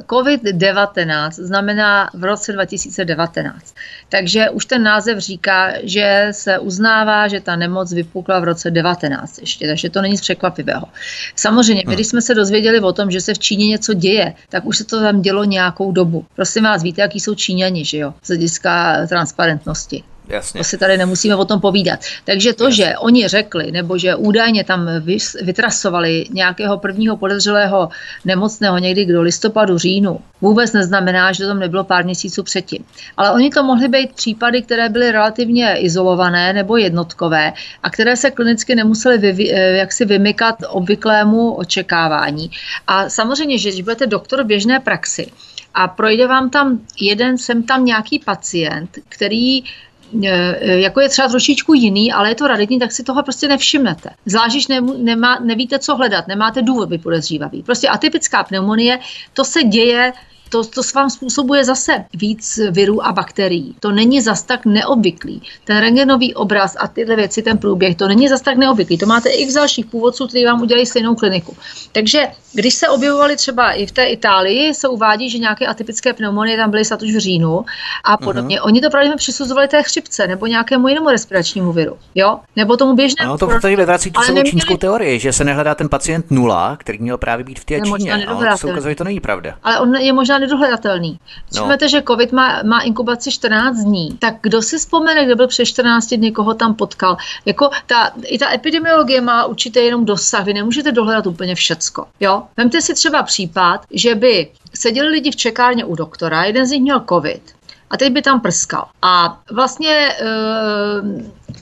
COVID-19 znamená v roce 2019. Takže už ten název říká, že se uznává, že ta nemoc vypukla v roce 19 ještě, takže to není nic překvapivého. Samozřejmě, když jsme se dozvěděli o tom, že se v Číně něco děje, tak už se to tam dělo nějakou dobu. Prosím vás, víte, jaký jsou Číňani, že jo, z hlediska transparentnosti. Jasně. To si tady nemusíme o tom povídat. Takže to, že oni řekli, nebo že údajně tam vytrasovali nějakého prvního podezřelého nemocného někdy do listopadu, říjnu, vůbec neznamená, že to tam nebylo pár měsíců předtím. Ale oni to mohly být případy, které byly relativně izolované nebo jednotkové a které se klinicky nemusely jaksi vymykat obvyklému očekávání. A samozřejmě, že když budete doktor v běžné praxi a projde vám tam sem tam nějaký pacient, který jako je třeba trošičku jiný, ale je to raditní, tak si toho prostě nevšimnete. Zvlášť, když nevíte, co hledat, nemáte důvod být podezřívavý. Prostě atypická pneumonie, to se děje, to s vám způsobuje zase víc virů a bakterií. To není zas tak neobvyklý. Ten rentgenový obraz a tyhle věci, ten průběh, to není zas tak neobvyklý. To máte i v dalších původců, kteří vám udělají stejnou kliniku. Takže když se objevovaly třeba i v té Itálii, se uvádí, že nějaké atypické pneumonie tam byly snad už v říjnu a podobně. Oni to pravděpodobně přisuzovali té chřipce nebo nějakému jinému respiračnímu viru. Jo? Nebo tomu běžnému. No, to tady vyvrací tu celou čínskou teorii, že se nehledá ten pacient 0, který měl právě být v té Číně. Ale se ukazuje, že to není pravda. Ale on je možná nedohledatelný. Všimnete, že COVID má inkubaci 14 dní. Tak kdo si vzpomene, kdo byl přes 14 dny, koho tam potkal? Jako i ta epidemiologie má určitě jenom dosah. Vy nemůžete dohledat úplně všecko. Jo? Vemte si třeba případ, že by seděli lidi v čekárně u doktora, jeden z nich měl COVID a teď by tam prskal. A vlastně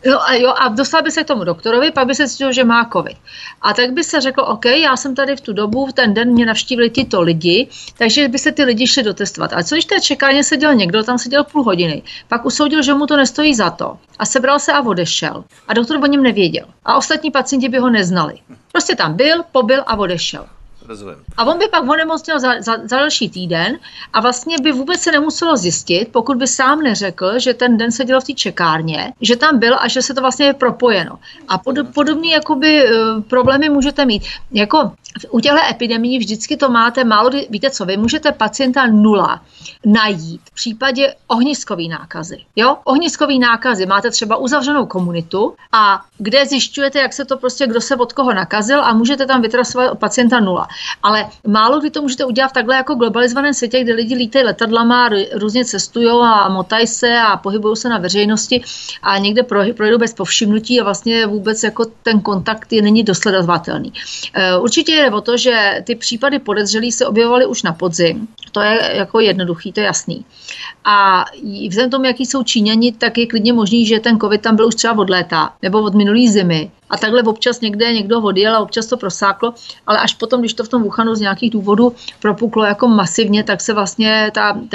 A dostal by se k tomu doktorovi, pak by se zjistilo, že má covid. A tak by se řeklo, OK, já jsem tady v tu dobu, v ten den mě navštívili tyto lidi, takže by se ty lidi šli dotestovat. A co když té čekárně seděl někdo, tam seděl půl hodiny, pak usoudil, že mu to nestojí za to a sebral se a odešel. A doktor o něm nevěděl. A ostatní pacienti by ho neznali. Prostě tam byl, pobyl a odešel. Rozumím. A on by pak onemocněl za další týden a vlastně by vůbec se nemuselo zjistit, pokud by sám neřekl, že ten den seděl v té čekárně, že tam byl a že se to vlastně je propojeno. A podobné jakoby problémy můžete mít. Jako u těchto epidemií vždycky to máte málo, víte co, vy můžete pacienta 0 najít v případě ohniskové nákazy. Jo? Ohniskové nákazy máte třeba uzavřenou komunitu a kde zjišťujete, jak se to prostě, kdo se od koho nakazil a můžete tam vytrasovat pacienta 0. Ale málo kdy to můžete udělat v takhle jako globalizovaném světě, kde lidi lítají letadlama, různě cestují a motají se a pohybují se na veřejnosti a někde projdou bez povšimnutí a vlastně vůbec jako ten kontakt není dosledovatelný. Určitě jde o to, že ty případy podezřelí se objevovaly už na podzim. To je jako jednoduchý, to je jasný. A vzhledem tomu, jaký jsou Číňani, tak je klidně možný, že ten covid tam byl už třeba od léta nebo od minulý zimy. A takhle občas někdo odjel a občas to prosáklo, ale až potom, když to v tom Wuhanu z nějakých důvodů propuklo jako masivně, tak se vlastně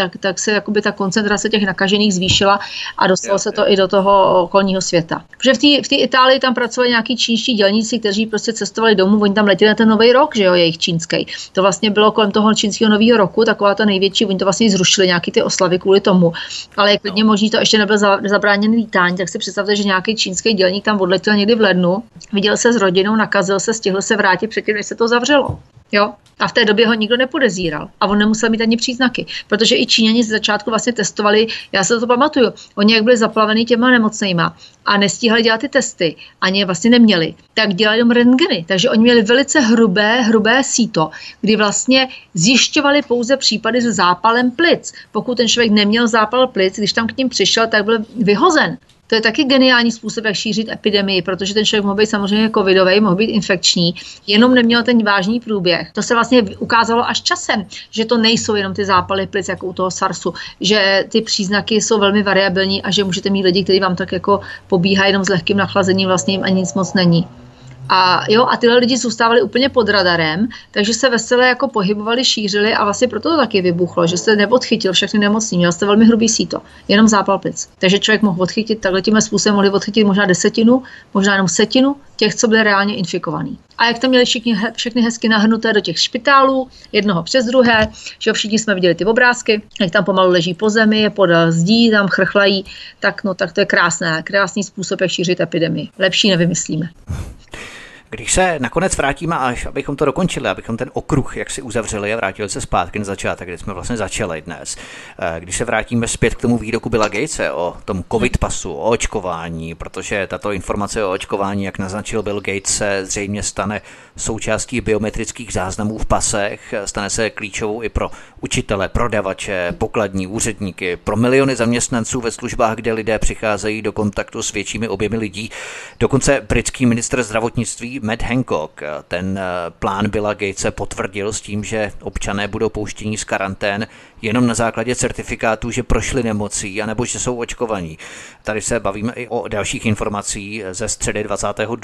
ta koncentrace těch nakažených zvýšila a dostalo se to i do toho okolního světa. Protože v té Itálii tam pracovali nějaký čínští dělníci, kteří prostě cestovali domů, oni tam letěli na ten nový rok, že jo, jejich čínský. To vlastně bylo kolem toho čínského nového roku, taková ta největší, oni to vlastně zrušili nějaký ty oslavy kvůli tomu. Ale je klidně možný, to ještě nebyl zabráněný lítání, tak si představte, že nějaký čínský dělník tam odletěl někdy v lednu. Viděl se s rodinou, nakazil se, stihl se vrátit předtím, než se to zavřelo. Jo? A v té době ho nikdo nepodezíral. A on nemusel mít ani příznaky. Protože i Číňani z začátku vlastně testovali, já se to pamatuju, oni jak byli zaplavený těma nemocnejma a nestíhali dělat ty testy, ani je vlastně neměli, tak dělali jenom rentgeny. Takže oni měli velice hrubé síto, kdy vlastně zjišťovali pouze případy s zápalem plic. Pokud ten člověk neměl zápal plic, když tam k ním přišel, tak byl vyhozen. To je taky geniální způsob, jak šířit epidemii, protože ten člověk mohl být samozřejmě covidový, mohl být infekční, jenom neměl ten vážný průběh. To se vlastně ukázalo až časem, že to nejsou jenom ty zápaly plic, jako u toho SARSu, že ty příznaky jsou velmi variabilní a že můžete mít lidi, kteří vám tak jako pobíhají jenom s lehkým nachlazením, vlastně jim ani nic moc není. A tyhle lidi zůstávali úplně pod radarem, takže se vesele jako pohybovali, šířili a vlastně proto to taky vybuchlo, že se neodchytil všechny nemocní, měl jste velmi hrubý síto, jenom zápal plic. Takže člověk mohl odchytit, takhle tímhle způsobem mohli odchytit možná 10%, možná jenom 1/7 těch, co byli reálně infikovaní. A jak to měli všechny hezky nahrnuté do těch špitálů, jednoho přes druhé, že všichni jsme viděli ty obrázky, jak tam pomalu leží po zemi, podél zdí, tam chrchlají, tak to je krásný způsob, jak šířit epidemii. Lepší nevymyslíme. Když se nakonec vrátíme, až abychom to dokončili, abychom ten okruh jak si uzavřeli a vrátili se zpátky na začátek, kde jsme vlastně začali dnes. Když se vrátíme zpět k tomu výroku Billa Gatese o tom covid pasu, o očkování, protože tato informace o očkování, jak naznačil Bill Gates, se zřejmě stane součástí biometrických záznamů v pasech, stane se klíčovou i pro učitele, prodavače, pokladní úředníky, pro miliony zaměstnanců ve službách, kde lidé přicházejí do kontaktu s většími objemy lidí. Dokonce britský ministr zdravotnictví Matt Hancock ten plán Billa Gatese potvrdil s tím, že občané budou pouštění z karantén jenom na základě certifikátů, že prošli nemocí anebo že jsou očkovaní. Tady se bavíme i o dalších informací ze středy 29.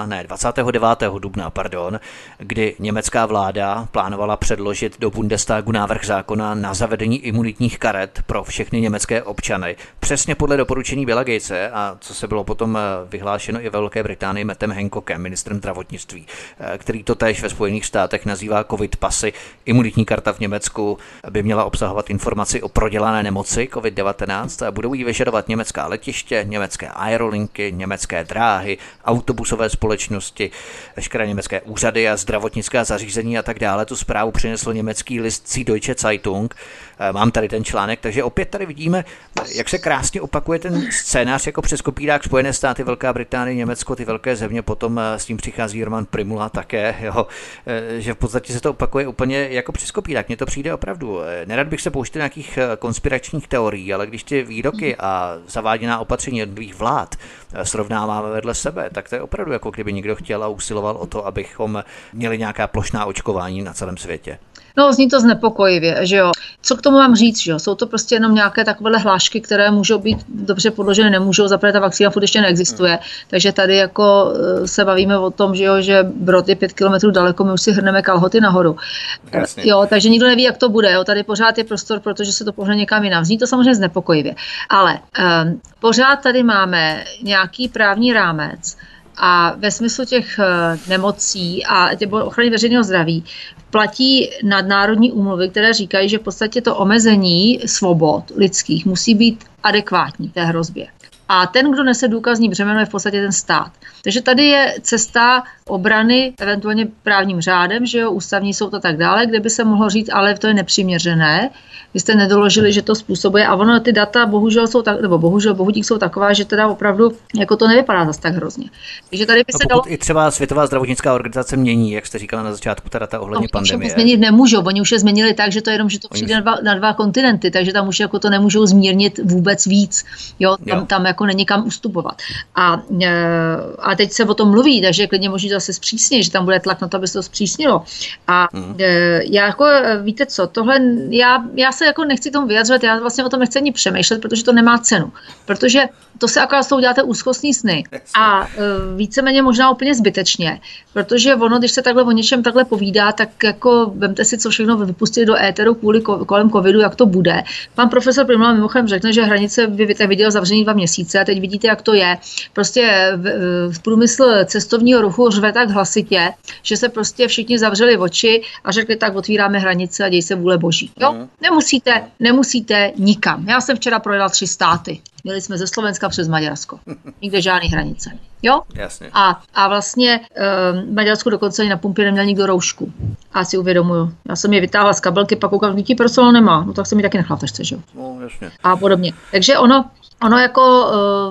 dubna, kdy německá vláda plánovala předložit do Bundestagu návrh zákona na zavedení imunitních karet pro všechny německé občany. Přesně podle doporučení Billa Gatese, a co se bylo potom vyhlášeno i ve Velké Británii Mattem Hancockem, ministrem zdravotnictví, který to též ve Spojených státech nazývá covid pasy. Imunitní karta v Německu by měla obsahovat informaci o prodělané nemoci COVID-19 a budou jí vyžadovat německá letiště, německé aerolinky, německé dráhy, autobusové společnosti, veškeré německé úřady a zdravotnická zařízení a tak dále. Tu zprávu přinesl německý list Die Deutsche Zeitung. Mám tady ten článek, takže opět tady vidíme, jak se krásně opakuje ten scénář jako přes kopírák Spojené státy, Velká Británie, Německo, ty velké země, potom s tím přichází Roman Primula také, že v podstatě se to opakuje úplně jako přes kopírák. Mně to přijde opravdu. Nerad bych se pouštěl nějakých konspiračních teorií, ale když ty výroky a zaváděná opatření jednotlivých vlád srovnáváme vedle sebe, tak to je opravdu jako kdyby někdo chtěl a usiloval o to, abychom měli nějaká plošná očkování na celém světě. No, zní to znepokojivě, že jo. Co k tomu mám říct, že jo? Jsou to prostě jenom nějaké takovéhle hlášky, které můžou být dobře podloženy, nemůžou, zaprvé ta vakcína furt ještě neexistuje, takže tady jako se bavíme o tom, že jo, že Brod je 5 kilometrů daleko, my už si hrneme kalhoty nahoru. Jasně. Jo, takže nikdo neví, jak to bude, jo. Tady pořád je prostor, protože se to pohne někam jinam. Zní to samozřejmě znepokojivě, ale pořád tady máme nějaký právní rámec a ve smyslu těch nemocí a ochrany veřejného zdraví platí nadnárodní úmluvy, které říkají, že v podstatě to omezení svobod lidských musí být adekvátní té hrozbě. A ten, kdo nese důkazní břemeno, je v podstatě ten stát. Takže tady je cesta obrany eventuálně právním řádem, že jo, ústavní soud a tak dále, kde by se mohlo říct, ale to je nepřiměřené. Vy jste nedoložili, že to způsobuje a ono ty data bohužel jsou tak, nebo bohudík jsou taková, že teda opravdu jako to nevypadá zase tak hrozně. Takže tady by se dalo... I třeba Světová zdravotnická organizace mění, jak jste říkala na začátku, ta data ohledně pandemie. Změnit nemůžou, oni už je změnili tak, že to je jenom, že to přijde na dva kontinenty, takže tam už jako to nemůžou zmírnit vůbec víc. Jo, tam jako není kam ustupovat. A teď se o tom mluví, takže klidně možná zase zpřísnit, že tam bude tlak na to, aby se to zpřísnilo. A já jako, víte co, tohle, já se jako nechci tomu vyjadřovat, já vlastně o tom nechci ani přemýšlet, protože to nemá cenu. Protože to se akorát s tou děláte úzkostný sny. A víceméně možná úplně zbytečně. Protože ono, když se takhle o něčem takhle povídá, tak jako vemte si, co všechno vypustili do éteru kolem covidu, jak to bude. Pan profesor Prymula mimochodem řekne, že hranice by viděl zavřený 2 měsíce a teď vidíte, jak to je. Prostě v průmysl cestovního ruchu řve tak hlasitě, že se prostě všichni zavřeli oči a řekli, tak otvíráme hranice a děj se vůle boží. Jo? Nemusíte nikam. Já jsem včera projela 3 státy. Měli jsme ze Slovenska přes Maďarsko. Nikde žádný hranice. Jo? Jasně. A vlastně v Maďarsku dokonce ani na pumpě neměl nikdo roušku. A si uvědomuju. Já jsem je vytáhla z kabelky, pak koukám, že personál nemá. No tak jsem ji taky nechala v tašce, že jo? No, jasně. A podobně. Takže ono jako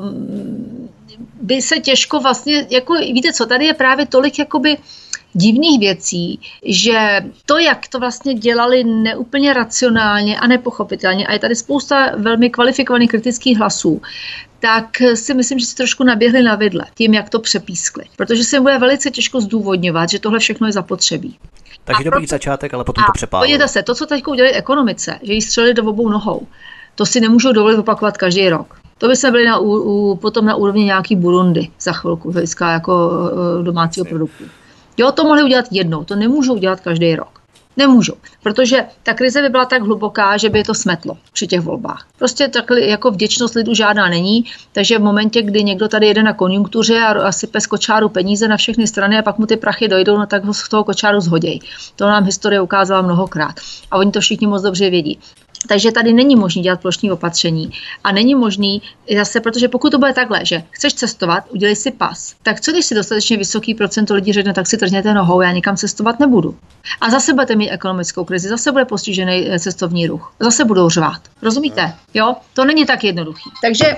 by se těžko vlastně, jako víte co, tady je právě tolik jakoby divných věcí, že to, jak to vlastně dělali neúplně racionálně a nepochopitelně, a je tady spousta velmi kvalifikovaných kritických hlasů, tak si myslím, že si trošku naběhli na vidle tím, jak to přepískli. Protože se jim bude velice těžko zdůvodňovat, že tohle všechno je zapotřebí. Takže dobrý začátek, ale potom to přepálilo. Podívejte se, to, co teď udělali ekonomice, že jí střelili do obou nohou, to si nemůžou dovolit opakovat každý rok. To by se byli potom na úrovni nějaký Burundi za chvilku, hlediska jako domácího produktu. Jo, to mohli udělat jednou, to nemůžou dělat každý rok. Nemůžou, protože ta krize by byla tak hluboká, že by je to smetlo při těch volbách. Prostě takhle jako vděčnost lidu žádná není, takže v momentě, kdy někdo tady jede na konjunktuře a sype z kočáru peníze na všechny strany a pak mu ty prachy dojdou, no tak ho z toho kočáru zhoděj. To nám historie ukázala mnohokrát a oni to všichni moc dobře vědí. Takže tady není možné dělat plošní opatření a není možný zase, protože pokud to bude takhle, že chceš cestovat, udělej si pas, tak co když si dostatečně vysoký procento lidí řekne, tak si trhněte nohou, já nikam cestovat nebudu. A zase budete mít ekonomickou krizi, zase bude postižený cestovní ruch, zase budou řvát. Rozumíte? Jo? To není tak jednoduchý. Takže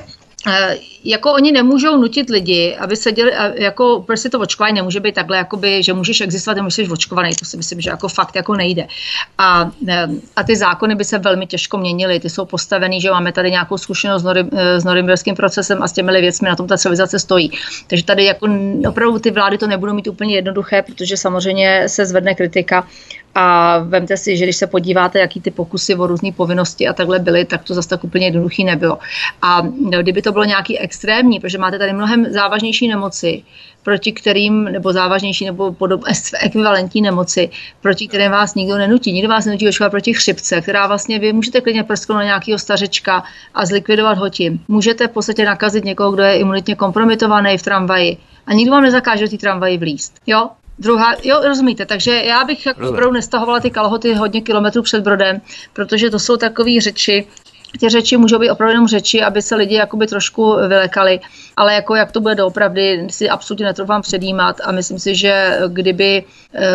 jako oni nemůžou nutit lidi, aby seděli, jako prostě to očkování nemůže být takhle, jakoby, že můžeš existovat a musíš očkovaný, to si myslím, že jako fakt jako nejde. A ty zákony by se velmi těžko měnily, ty jsou postavený, že máme tady nějakou zkušenost s norimberským procesem a s těmi věcmi, na tom ta civilizace stojí. Takže tady jako opravdu ty vlády to nebudou mít úplně jednoduché, protože samozřejmě se zvedne kritika. A vemte si, že když se podíváte, jaký ty pokusy o různé povinnosti a takhle byly, tak to zase tak úplně jednoduchý nebylo. A kdyby to bylo nějaký extrémní, protože máte tady mnohem závažnější nemoci, proti kterým, nebo závažnější, nebo ekvivalentní nemoci, proti kterým vás nikdo nenutí. Nikdo vás nenutí očkovat proti chřipce, která vlastně vy můžete klidně prsknout na nějakého stařečka a zlikvidovat ho tím. Můžete v podstatě nakazit někoho, kdo je imunitně kompromitovaný v tramvaji a nikdo vám nezakáže do té tramvaji vlízt. Jo? Jo, rozumíte, takže já bych jako opravdu nestahovala ty kalhoty hodně kilometrů před Brodem, protože to jsou takové řeči, ty řeči můžou být opravdu jenom řeči, aby se lidi jakoby trošku vylekali, ale jako jak to bude doopravdy, si absolutně netroufám předjímat a myslím si, že kdyby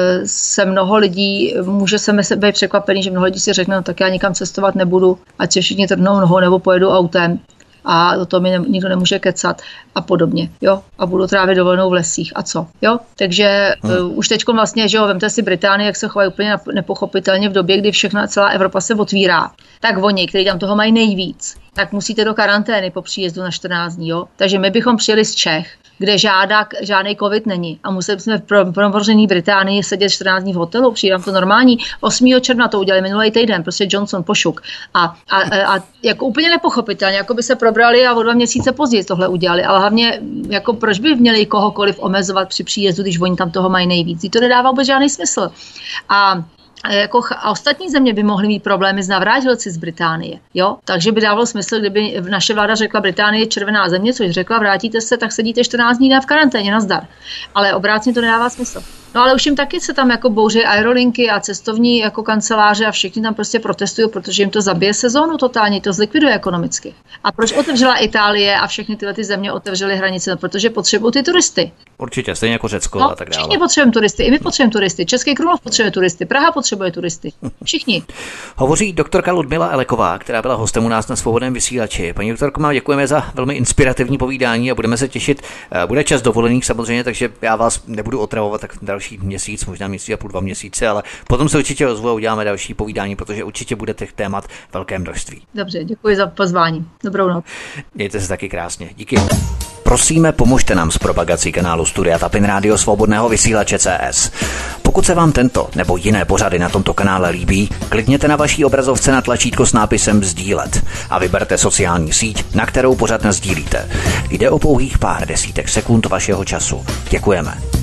se mnoho lidí, může se být překvapený, že mnoho lidí si řekne, no tak já nikam cestovat nebudu, ať se všichni trhnou nohou nebo pojedu autem. A do toho mi nikdo nemůže kecat a podobně, jo, a budu trávit dovolenou v lesích a co, jo, takže už teďko vlastně, že jo, vemte si Británii, jak se chovají úplně nepochopitelně v době, kdy celá Evropa se otvírá, tak oni, kteří tam toho mají nejvíc, tak musíte do karantény po příjezdu na 14 dní, jo, takže my bychom přijeli z Čech kde žádný covid není. A museli jsme v promořené Británii sedět 14 dní v hotelu, přijde vám to normální. 8. června to udělali minulý týden, prostě Johnson pošuk. A jako úplně nepochopitelně, jako by se probrali a o 2 měsíce později tohle udělali. Ale hlavně, jako proč by měli kohokoliv omezovat při příjezdu, když oni tam toho mají nejvíc. To nedává vůbec žádný smysl. A ostatní země by mohly mít problémy s navrátilci z Británie. Jo? Takže by dávalo smysl, kdyby naše vláda řekla, Británie je červená země, což řekla, vrátíte se, tak sedíte 14 dní v karanténě, nazdar. Ale obrácně to nedává smysl. No ale už jim taky se tam jako bouří aerolinky a cestovní jako kanceláře a všichni tam prostě protestují, protože jim to zabije sezónu totálně, to zlikviduje ekonomicky. A proč otevřela Itálie a všechny tyhle ty země otevřely hranice? No, protože potřebují ty turisty. Určitě, stejně jako Řecko a tak dále. Všichni potřebujeme turisty, i my potřebujeme turisty. Český Krumlov potřebuje turisty, Praha potřebuje turisty. Všichni. Hovoří doktorka Ludmila Eleková, která byla hostem u nás na Svobodném vysílači. Paní doktorko, vám děkujeme za velmi inspirativní povídání a budeme se těšit. Bude čas dovolených samozřejmě, takže já vás nebudu otravovat tak další měsíc, možná měsíc a půl, 2 měsíce, ale potom se určitě ozvu a uděláme další povídání, protože určitě bude těch témat velké množství. Dobře, děkuji za pozvání. Dobrou noc. Mějte se taky krásně. Díky. Prosíme, pomožte nám s propagací kanálu Studia Tapin Rádio Svobodného vysílače CS. Pokud se vám tento nebo jiné pořady na tomto kanále líbí, klikněte na vaší obrazovce na tlačítko s nápisem sdílet a vyberte sociální síť, na kterou pořad nasdílíte. Jde o pouhých pár desítek sekund vašeho času. Děkujeme.